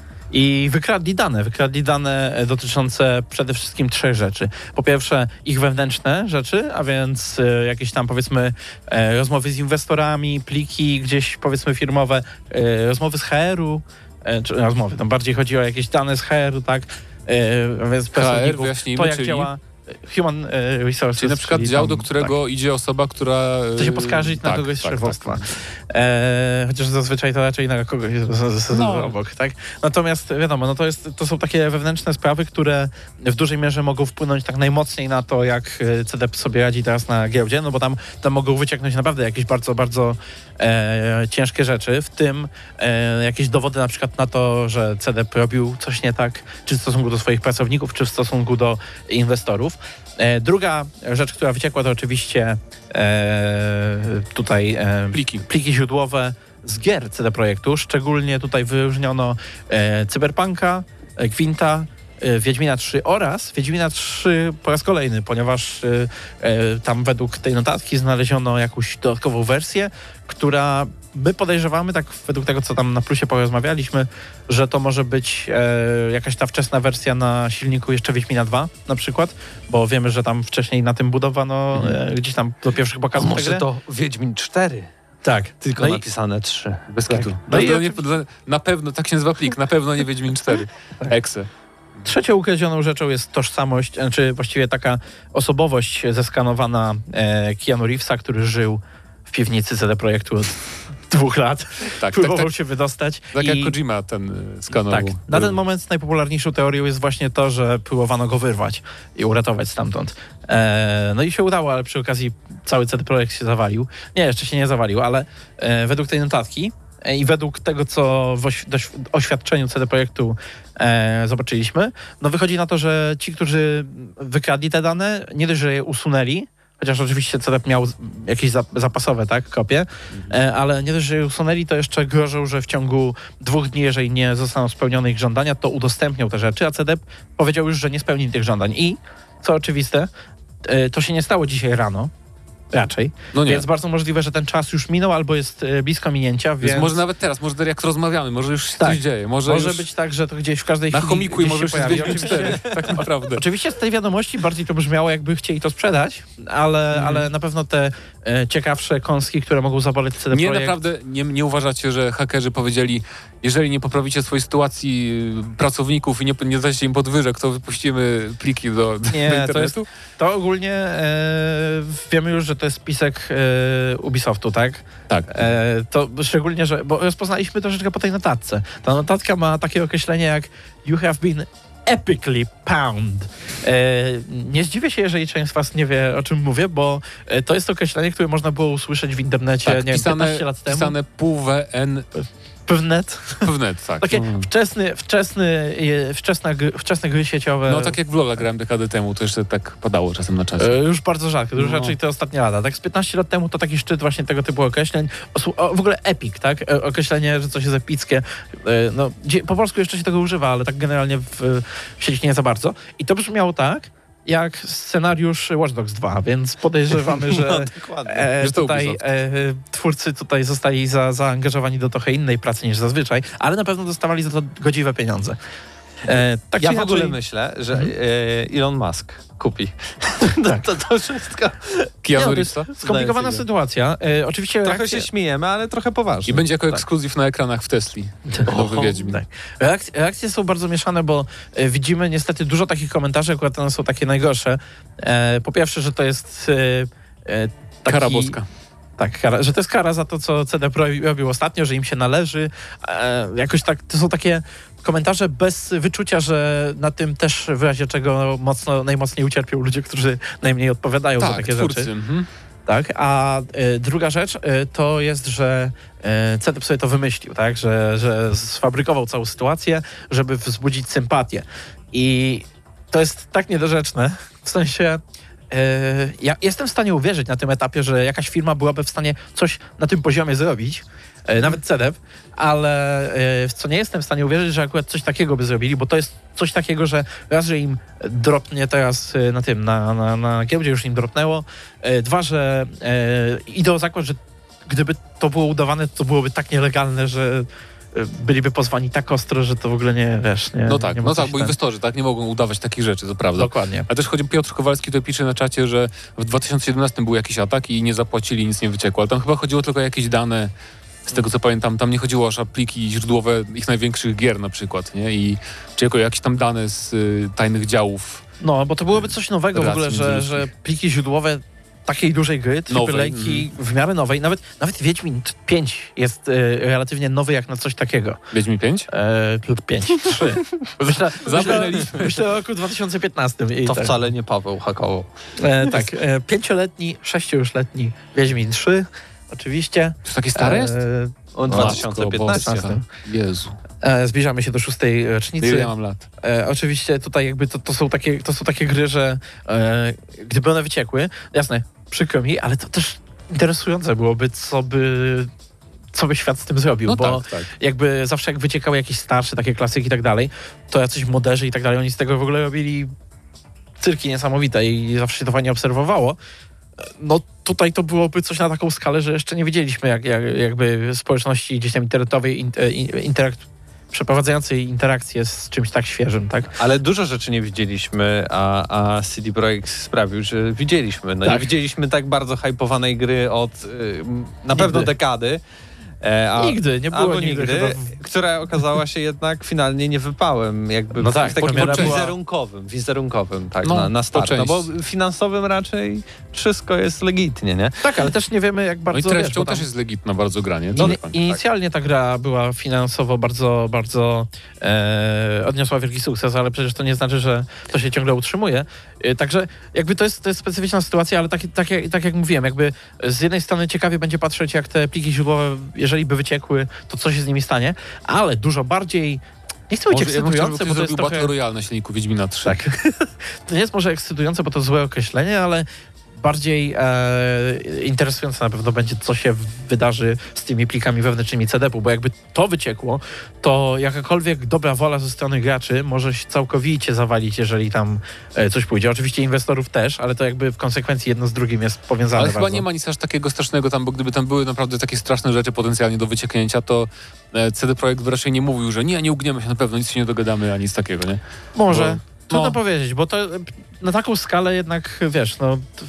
i wykradli dane. Wykradli dane e, dotyczące przede wszystkim trzech rzeczy. Po pierwsze, ich wewnętrzne rzeczy, a więc e, jakieś tam, powiedzmy, e, rozmowy z inwestorami, pliki gdzieś, powiedzmy, firmowe, e, rozmowy z H R-u, e, czy rozmowy, tam bardziej chodzi o jakieś dane z H R-u, tak? E, a więc pracowników, wyjaśnijmy, to jak czyli- działa Human e, Resources. Czyli na przykład dział, tam, do którego idzie osoba, która... Chce się poskarżyć na tak, kogoś z tak, szefostwa. tak. E, chociaż zazwyczaj to raczej na kogoś z, z, No. obok, tak? Natomiast wiadomo, no to, jest, to są takie wewnętrzne sprawy, które w dużej mierze mogą wpłynąć tak najmocniej na to, jak e, C D P sobie radzi teraz na giełdzie, no bo tam, tam mogą wycieknąć naprawdę jakieś bardzo, bardzo e, ciężkie rzeczy, w tym e, jakieś dowody na przykład na to, że C D P robił coś nie tak, czy w stosunku do swoich pracowników, czy w stosunku do inwestorów. E, druga rzecz, która wyciekła, to oczywiście e, tutaj e, Pliki. pliki źródłowe z gier C D Projektu. Szczególnie tutaj wyróżniono e, Cyberpunka, e, Gwinta, e, Wiedźmina trzy oraz Wiedźmina trzy po raz kolejny, ponieważ e, e, tam według tej notatki znaleziono jakąś dodatkową wersję, która my podejrzewamy, tak według tego, co tam na plusie porozmawialiśmy, że to może być e, jakaś ta wczesna wersja na silniku jeszcze Wiedźmina dwa na przykład, bo wiemy, że tam wcześniej na tym budowano e, gdzieś tam do pierwszych A pokazów tej może gry. to Wiedźmin cztery, Tak. tylko No i- napisane trzy. Bez Tak. kitu. No No i to nie, na pewno, tak się nazywa plik, na pewno nie Wiedźmin cztery. Exe. Trzecią ukradzioną rzeczą jest tożsamość, znaczy właściwie taka osobowość zeskanowana e, Keanu Reevesa, który żył w piwnicy C D Projektu od dwóch lat. Tak, tak, Próbował tak, się wydostać. tak i, jak Kojima ten y, skanował. tak, na ten moment najpopularniejszą teorią jest właśnie to, że próbowano go wyrwać i uratować stamtąd. E, no i się udało, ale przy okazji cały C D Projekt się zawalił. Nie, jeszcze się nie zawalił, ale e, według tej notatki e, i według tego, co w oś, doś, oświadczeniu C D Projektu e, zobaczyliśmy, no wychodzi na to, że ci, którzy wykradli te dane, nie dość, że je usunęli, chociaż oczywiście C D P miał jakieś zap- zapasowe, tak, kopie, e, ale nie dość, że je usunęli, to jeszcze grożą, że w ciągu dwóch dni, jeżeli nie zostaną spełnione ich żądania, to udostępnią te rzeczy, a C D P powiedział już, że nie spełni tych żądań. I, co oczywiste, e, to się nie stało dzisiaj rano, raczej, No nie. więc bardzo możliwe, że ten czas już minął albo jest e, blisko minięcia, Więc więc może nawet teraz, może jak rozmawiamy, może już się Tak. coś dzieje. Może, może już być tak, że to gdzieś w każdej na chwili chomiku i gdzieś może już się jest pojawi. Wiedźmin Oczywiście- cztery, tak naprawdę. Oczywiście z tej wiadomości bardziej to brzmiało, jakby chcieli to sprzedać, ale, Mhm. ale na pewno te e, ciekawsze kąski, które mogą zaboleć C D Nie, Projekt. naprawdę nie, nie uważacie, że hakerzy powiedzieli, jeżeli nie poprawicie swojej sytuacji y, pracowników i nie, nie dacie im podwyżek, to wypuścimy pliki do, do Nie, to internetu? jest, to ogólnie e, wiemy już, że to jest spisek e, Ubisoftu, tak? Tak. E, to szczególnie, że, bo rozpoznaliśmy troszeczkę po tej notatce. Ta notatka ma takie określenie jak you have been epically pound. E, nie zdziwię się, jeżeli część z was nie wie, o czym mówię, bo e, to jest określenie, które można było usłyszeć w internecie, Tak, nie wiem, pisane, piętnaście lat temu. pisane pół W N Pewnet. wnet, tak. Takie No. wczesny, wczesny, e, wczesne, gry, wczesne gry sieciowe. No tak jak w Lola grałem dekady temu, to jeszcze tak padało czasem na czasie. E, Już bardzo rzadko, już No. raczej te ostatnie lata. Tak z piętnaście lat temu to taki szczyt właśnie tego typu określeń. O, o, w ogóle epic, tak? E, Określenie, że coś jest epickie. E, No, gdzie, po polsku jeszcze się tego używa, ale tak generalnie w, w sieci nie za bardzo. I to brzmiało tak, jak scenariusz Watch Dogs dwa, więc podejrzewamy, że No, dokładnie. e, Że to tutaj Ubisoft. e, twórcy tutaj zostali za, zaangażowani do trochę innej pracy niż zazwyczaj, ale na pewno dostawali za to godziwe pieniądze. E, tak Ja czy w ogóle inaczej- myślę, że Mhm. e, Elon Musk kupi. Tak. to, to, to wszystko. Keanu Nie, no, to jest Reevesa. skomplikowana Zdaję sobie. sytuacja. E, oczywiście Trochę reakcje, się śmiejemy, ale trochę poważnie. I będzie jako Tak. ekskluzyw na ekranach w Tesli. Nowy Wiedźmin. tak. reakcje, reakcje są bardzo mieszane, bo e, widzimy niestety dużo takich komentarzy, akurat one są takie najgorsze. E, po pierwsze, że to jest e, e, taki... Kara boska. Tak, kara, że to jest kara za to, co C D Projekt robił ostatnio, że im się należy. E, jakoś tak, to są takie komentarze bez wyczucia, że na tym też w razie czego mocno, najmocniej ucierpią ludzie, którzy najmniej odpowiadają za Tak, takie twórcy. rzeczy. Mhm. Tak, a e, druga rzecz e, to jest, że e, C D P sobie to wymyślił, tak, że, że sfabrykował całą sytuację, żeby wzbudzić sympatię. I to jest tak niedorzeczne, w sensie e, ja jestem w stanie uwierzyć na tym etapie, że jakaś firma byłaby w stanie coś na tym poziomie zrobić, e, nawet C D P, ale e, w co nie jestem w stanie uwierzyć, że akurat coś takiego by zrobili, bo to jest coś takiego, że raz, że im dropnie teraz e, na tym, na, na, na giełdzie już im dropnęło, e, dwa, że e, idę o zakład, że gdyby to było udawane, to byłoby tak nielegalne, że e, byliby pozwani tak ostro, że to w ogóle nie, wiesz, nie No tak, nie ma no co tak, się bo ten- inwestorzy tak nie mogą udawać takich rzeczy, to prawda. Dokładnie. A też chodzi, Piotr Kowalski tutaj pisze na czacie, że w dwa tysiące siedemnastym był jakiś atak i nie zapłacili, nic nie wyciekło, ale tam chyba chodziło tylko o jakieś dane, z tego co pamiętam, tam nie chodziło aż o pliki źródłowe ich największych gier na przykład, nie? I czy jako jakieś tam dane z y, tajnych działów. No, bo to byłoby coś nowego w Relacji ogóle, że, międzyludzkich. że pliki źródłowe takiej dużej gry, Nowej, triplejki w miarę nowej, nawet, nawet Wiedźmin pięć jest e, relatywnie nowy jak na coś takiego. Wiedźmin pięć? E, pięć, trzy. Myślę, myślę, Zapomnieliśmy. myślę o roku dwa tysiące piętnastym. I To tak. wcale nie Paweł hakował. E, tak, e, pięcioletni, sześciojużletni Wiedźmin trzy, oczywiście. To taki stary jest? E, On Matko dwa tysiące piętnasty. boska. Jezu. e, zbliżamy się do szóstej rocznicy. Ile ja mam lat? E, oczywiście tutaj jakby to, to, są takie, to są takie gry, że e, gdyby one wyciekły, jasne, przykro mi, ale to też interesujące byłoby, co by, co by świat z tym zrobił, No bo tak, tak. jakby zawsze jak wyciekały jakieś starsze takie klasyki i tak dalej, to jacyś moderzy i tak dalej, oni z tego w ogóle robili cyrki niesamowite i zawsze się to fajnie obserwowało. No tutaj to byłoby coś na taką skalę, że jeszcze nie wiedzieliśmy, jak, jak jakby społeczności gdzieś tam internetowej in, in, interakt, przeprowadzającej interakcję z czymś tak świeżym, tak? Ale dużo rzeczy nie widzieliśmy, a, a C D Projekt sprawił, że widzieliśmy. No Tak. nie widzieliśmy tak bardzo hypowanej gry od y, na pewno dekady. E, a, Nigdy, nie było albo nigdy nigdy, chyba w- która okazała się jednak finalnie niewypałem, jakby No w, tak, w takim premiera była- wizerunkowym, wizerunkowym, tak, No, na, na po start. No bo części. finansowym raczej wszystko jest legitnie, nie? Tak, ale też nie wiemy, jak No i bardzo, wiesz, treścią bo tam- też jest legitna bardzo granie. In, tak. inicjalnie ta gra była finansowo bardzo, bardzo e, odniosła wielki sukces, ale przecież to nie znaczy, że to się ciągle utrzymuje. E, także jakby to jest, to jest specyficzna sytuacja, ale tak, tak, jak- tak jak mówiłem, jakby z jednej strony ciekawie będzie patrzeć, jak te pliki źródłowe, jeżeli by wyciekły, to co się z nimi stanie, ale dużo bardziej, nie chcę być Może ja bym chciał, żeby ekscytujące, ktoś bo to jest zrobił trochę... Battle Royale na silniku Wiedźmina trzy. Tak. To nie jest może ekscytujące, bo to złe określenie, ale bardziej e, interesujące na pewno będzie, co się wydarzy z tymi plikami wewnętrznymi C D P-u, bo jakby to wyciekło, to jakakolwiek dobra wola ze strony graczy może się całkowicie zawalić, jeżeli tam e, coś pójdzie. Oczywiście inwestorów też, ale to jakby w konsekwencji jedno z drugim jest powiązane Ale chyba bardzo. nie ma nic aż takiego strasznego tam, bo gdyby tam były naprawdę takie straszne rzeczy potencjalnie do wycieknięcia, to e, C D Projekt raczej nie mówił, że nie, nie ugniemy się na pewno, nic się nie dogadamy, ani nic takiego, nie? Może. Bo- Trudno no. powiedzieć, bo to e, na taką skalę jednak, wiesz, no... t-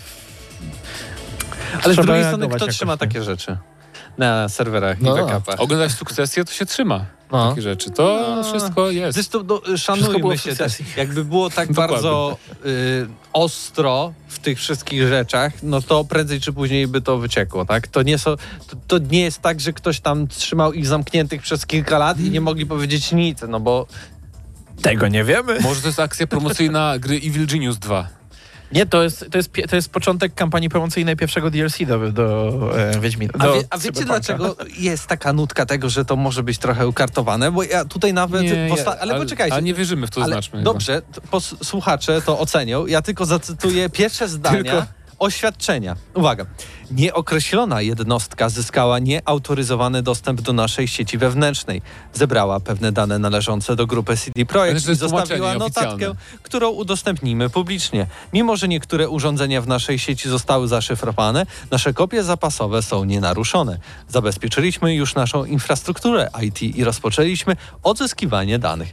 Ale z trzeba drugiej strony, reagować kto jakoś, trzyma nie? takie rzeczy na serwerach No. i backupach? Oglądać sukcesję, to się trzyma No. takie rzeczy. To No. wszystko jest. Zresztą no, Wszystko szanujmy było w się też. sukcesji. Jakby było tak Dokładnie. bardzo y, ostro w tych wszystkich rzeczach, no to prędzej czy później by to wyciekło, tak? To nie, są, to, to nie jest tak, że ktoś tam trzymał ich zamkniętych przez kilka lat i nie mogli powiedzieć nic, no bo Tego nie wiemy. Może to jest akcja promocyjna gry Evil Genius dwa. Nie, to jest, to jest, pie- to jest początek kampanii promocyjnej pierwszego D L C do, do e, Wiedźmina. A, Do wie, a wiecie Cyberpunka. dlaczego jest taka nutka tego, że to może być trochę ukartowane? Bo ja tutaj nawet... posta- ale poczekajcie. Ale nie wierzymy w to, Ale znaczmy. dobrze, to pos- słuchacze to ocenią. Ja tylko zacytuję pierwsze zdania Tylko? oświadczenia. Uwaga. Nieokreślona jednostka zyskała nieautoryzowany dostęp do naszej sieci wewnętrznej. Zebrała pewne dane należące do grupy C D Ale Projekt to i jest zostawiła tłumaczenie notatkę, oficjalne. którą udostępnimy publicznie. Mimo że niektóre urządzenia w naszej sieci zostały zaszyfrowane, nasze kopie zapasowe są nienaruszone. Zabezpieczyliśmy już naszą infrastrukturę I T i rozpoczęliśmy odzyskiwanie danych.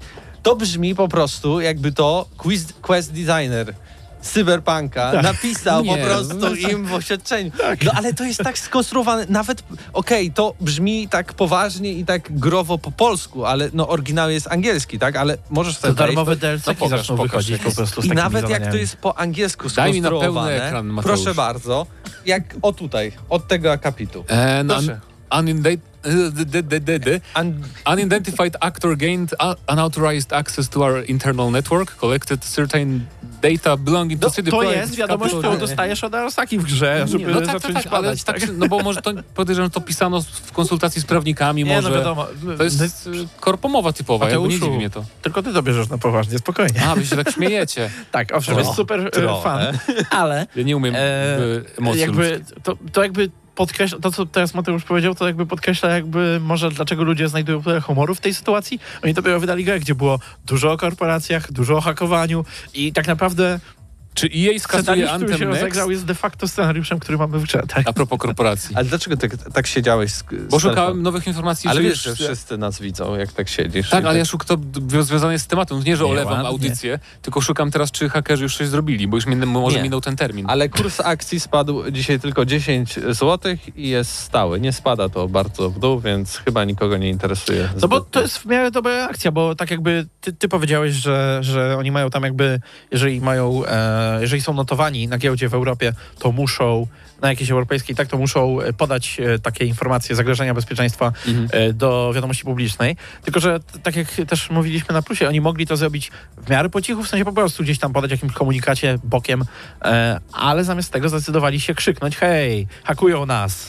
To brzmi po prostu, jakby to quiz, quest designer Cyberpunka Tak. napisał Nie, po prostu im w oświadczeniu. No ale to jest tak skonstruowane, nawet, okej, to brzmi tak poważnie i tak growo po polsku, ale no oryginał jest angielski, tak? Ale możesz To sobie darmowe D L C No pokaż, zaczną pokaż, wychodzić jak po jest. prostu z I takimi nawet jak to zadaniami. jest po angielsku Daj mi na pełny skonstruowane, ekran, Mateusz. proszę bardzo, jak o tutaj, od tego akapitu. And un, Proszę. uninde- d- d- d- d- An- Unidentified actor gained u- unauthorized access to our internal network, collected certain data belonging to No, city to project jest wiadomość, którą capital. dostajesz od Arasaki w grze, żeby Nie, no tak, zacząć tak, tak, ale badać. tak, Tak? no bo może to, podejrzewam, że to pisano w konsultacji z prawnikami, Nie, może... no wiadomo. To jest y, korpomowa typowa, jakby nie Mateuszu, dziwi mnie to. Tylko ty to bierzesz na poważnie, spokojnie. A, wy się tak śmiejecie. Tak, owszem, O, jest super e, trochę. fan, ale Ja nie umiem e, e, emocji jakby ludzkich. to, to jakby podkreśla, to co teraz Mateusz powiedział, to jakby podkreśla jakby może dlaczego ludzie znajdują tyle humoru w tej sytuacji. Oni dopiero wydali grę, gdzie było dużo o korporacjach, dużo o hakowaniu i tak naprawdę Czy E A skasuje scenariusz, który się Anthem Next? rozegrał jest de facto scenariuszem, który mamy w grze, tak? A propos korporacji. Ale dlaczego tak, tak siedziałeś z, Bo z szukałem telefonem? nowych informacji. Ale że wiesz, że wszyscy nas widzą, jak tak siedzisz. Tak, I ale ja szukam, to związane jest z tematem. Nie, że Nie, olewam ładnie. audycję, tylko szukam teraz, czy hakerzy już coś zrobili, bo już minę, może Nie. minął ten termin. Ale kurs akcji spadł dzisiaj tylko dziesięć złotych i jest stały. Nie spada to bardzo w dół, więc chyba nikogo nie interesuje. No bo zbytnio. to jest w miarę dobra akcja, bo tak jakby ty, ty powiedziałeś, że, że oni mają tam jakby, jeżeli mają, e, jeżeli są notowani na giełdzie w Europie, to muszą, na jakiejś europejskiej, tak, to muszą e, podać e, takie informacje zagrożenia bezpieczeństwa Mhm. e, do wiadomości publicznej. Tylko, że t- tak jak też mówiliśmy na plusie, oni mogli to zrobić w miarę po cichu, w sensie po prostu gdzieś tam podać jakimś komunikacie bokiem, e, ale zamiast tego zdecydowali się krzyknąć: hej, hakują nas.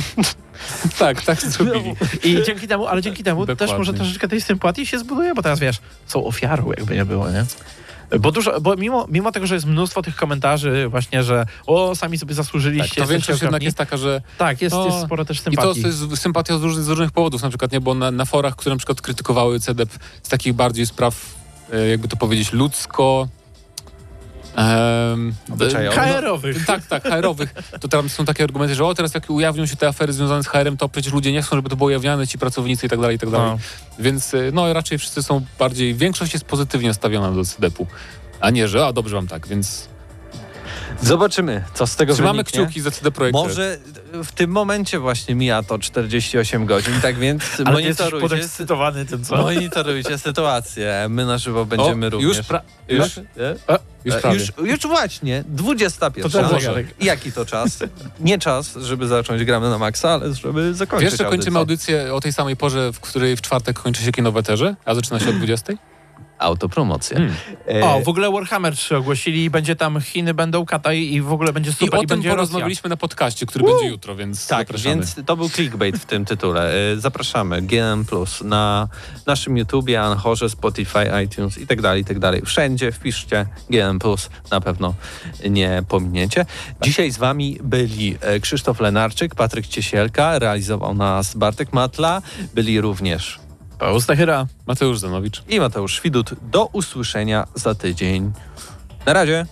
tak, tak zrobili. I dzięki temu, ale dzięki temu też Dokładnie. może troszeczkę tej sympatii się zbuduje, bo teraz wiesz, są ofiarą, jakby nie było, nie? Bo dużo, bo mimo, mimo tego, że jest mnóstwo tych komentarzy właśnie, że o, sami sobie zasłużyliście. Tak, to jesteście większość jednak okropni. jest taka, że Tak, jest, o, jest sporo też i sympatii. to jest sympatia z różnych, z różnych powodów, na przykład nie, bo na, na forach, które na przykład krytykowały C D P z takich bardziej spraw, e, jakby to powiedzieć, ludzko... Um, Obyczajowych. K R-owych. Tak, tak, H R-owych. To tam są takie argumenty, że o, teraz jak ujawnią się te afery związane z H R-em, to przecież ludzie nie chcą, żeby to było ujawniane, ci pracownicy i tak dalej, i tak dalej. No. Więc y, no raczej wszyscy są bardziej, większość jest pozytywnie nastawiona do C D P-u, a nie, że a dobrze wam tak, więc Zobaczymy, co z tego trzymamy wyniknie. kciuki za C D Projekt. Może w tym momencie właśnie mija to czterdzieści osiem godzin, tak więc Ale ty jesteś monitorujcie, podekscytowany tym, co? monitorujcie sytuację. My na żywo będziemy o, również. już, pra, już, Nie? już E, prawie. Już, już właśnie, dwudziesta pierwsza. To ten Może. zegarek. I jaki to czas? Nie czas, żeby zacząć gramy na maksa, ale żeby zakończyć Wiesz, że kończymy audycję. audycję o tej samej porze, w której w czwartek kończy się kino w eterze, a zaczyna się o dwudziestej? Autopromocja. Hmm. E, O, w ogóle Warhammer trzy ogłosili i będzie tam Chiny, będą Kataj i w ogóle będzie I super o i, tym będzie Rosja. porozmawialiśmy na podcaście, który będzie jutro, więc Tak, zapraszamy. więc to był clickbait w tym tytule. E, Zapraszamy G N M plus na naszym YouTubie, Anchorze, Spotify, iTunes i tak dalej, i tak dalej. Wszędzie wpiszcie G N M plus, na pewno nie pominiecie. Dzisiaj z wami byli e, Krzysztof Lenarczyk, Patryk Ciesielka, realizował nas Bartek Matla, byli również Paweł Stachyra. Mateusz Zanowicz. i Mateusz Świdut. Do usłyszenia za tydzień. Na razie.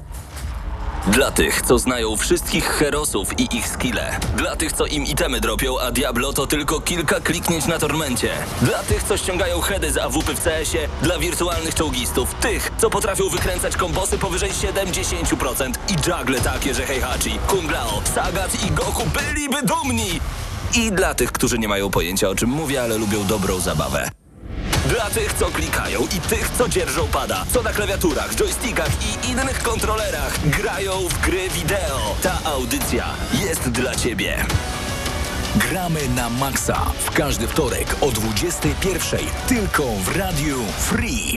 Dla tych, co znają wszystkich herosów i ich skille. Dla tych, co im itemy dropią, a Diablo to tylko kilka kliknięć na tormencie. Dla tych, co ściągają heady z A W P w C S-ie. Dla wirtualnych czołgistów. Tych, co potrafią wykręcać kombosy powyżej siedemdziesiąt procent. I juggle takie, że Heihachi, Kung Lao, Sagat i Goku byliby dumni. I dla tych, którzy nie mają pojęcia, o czym mówię, ale lubią dobrą zabawę. Dla tych, co klikają i tych, co dzierżą pada, co na klawiaturach, joystickach i innych kontrolerach grają w gry wideo. Ta audycja jest dla ciebie. Gramy na maksa w każdy wtorek o dwudziestej pierwszej tylko w Radiu Free.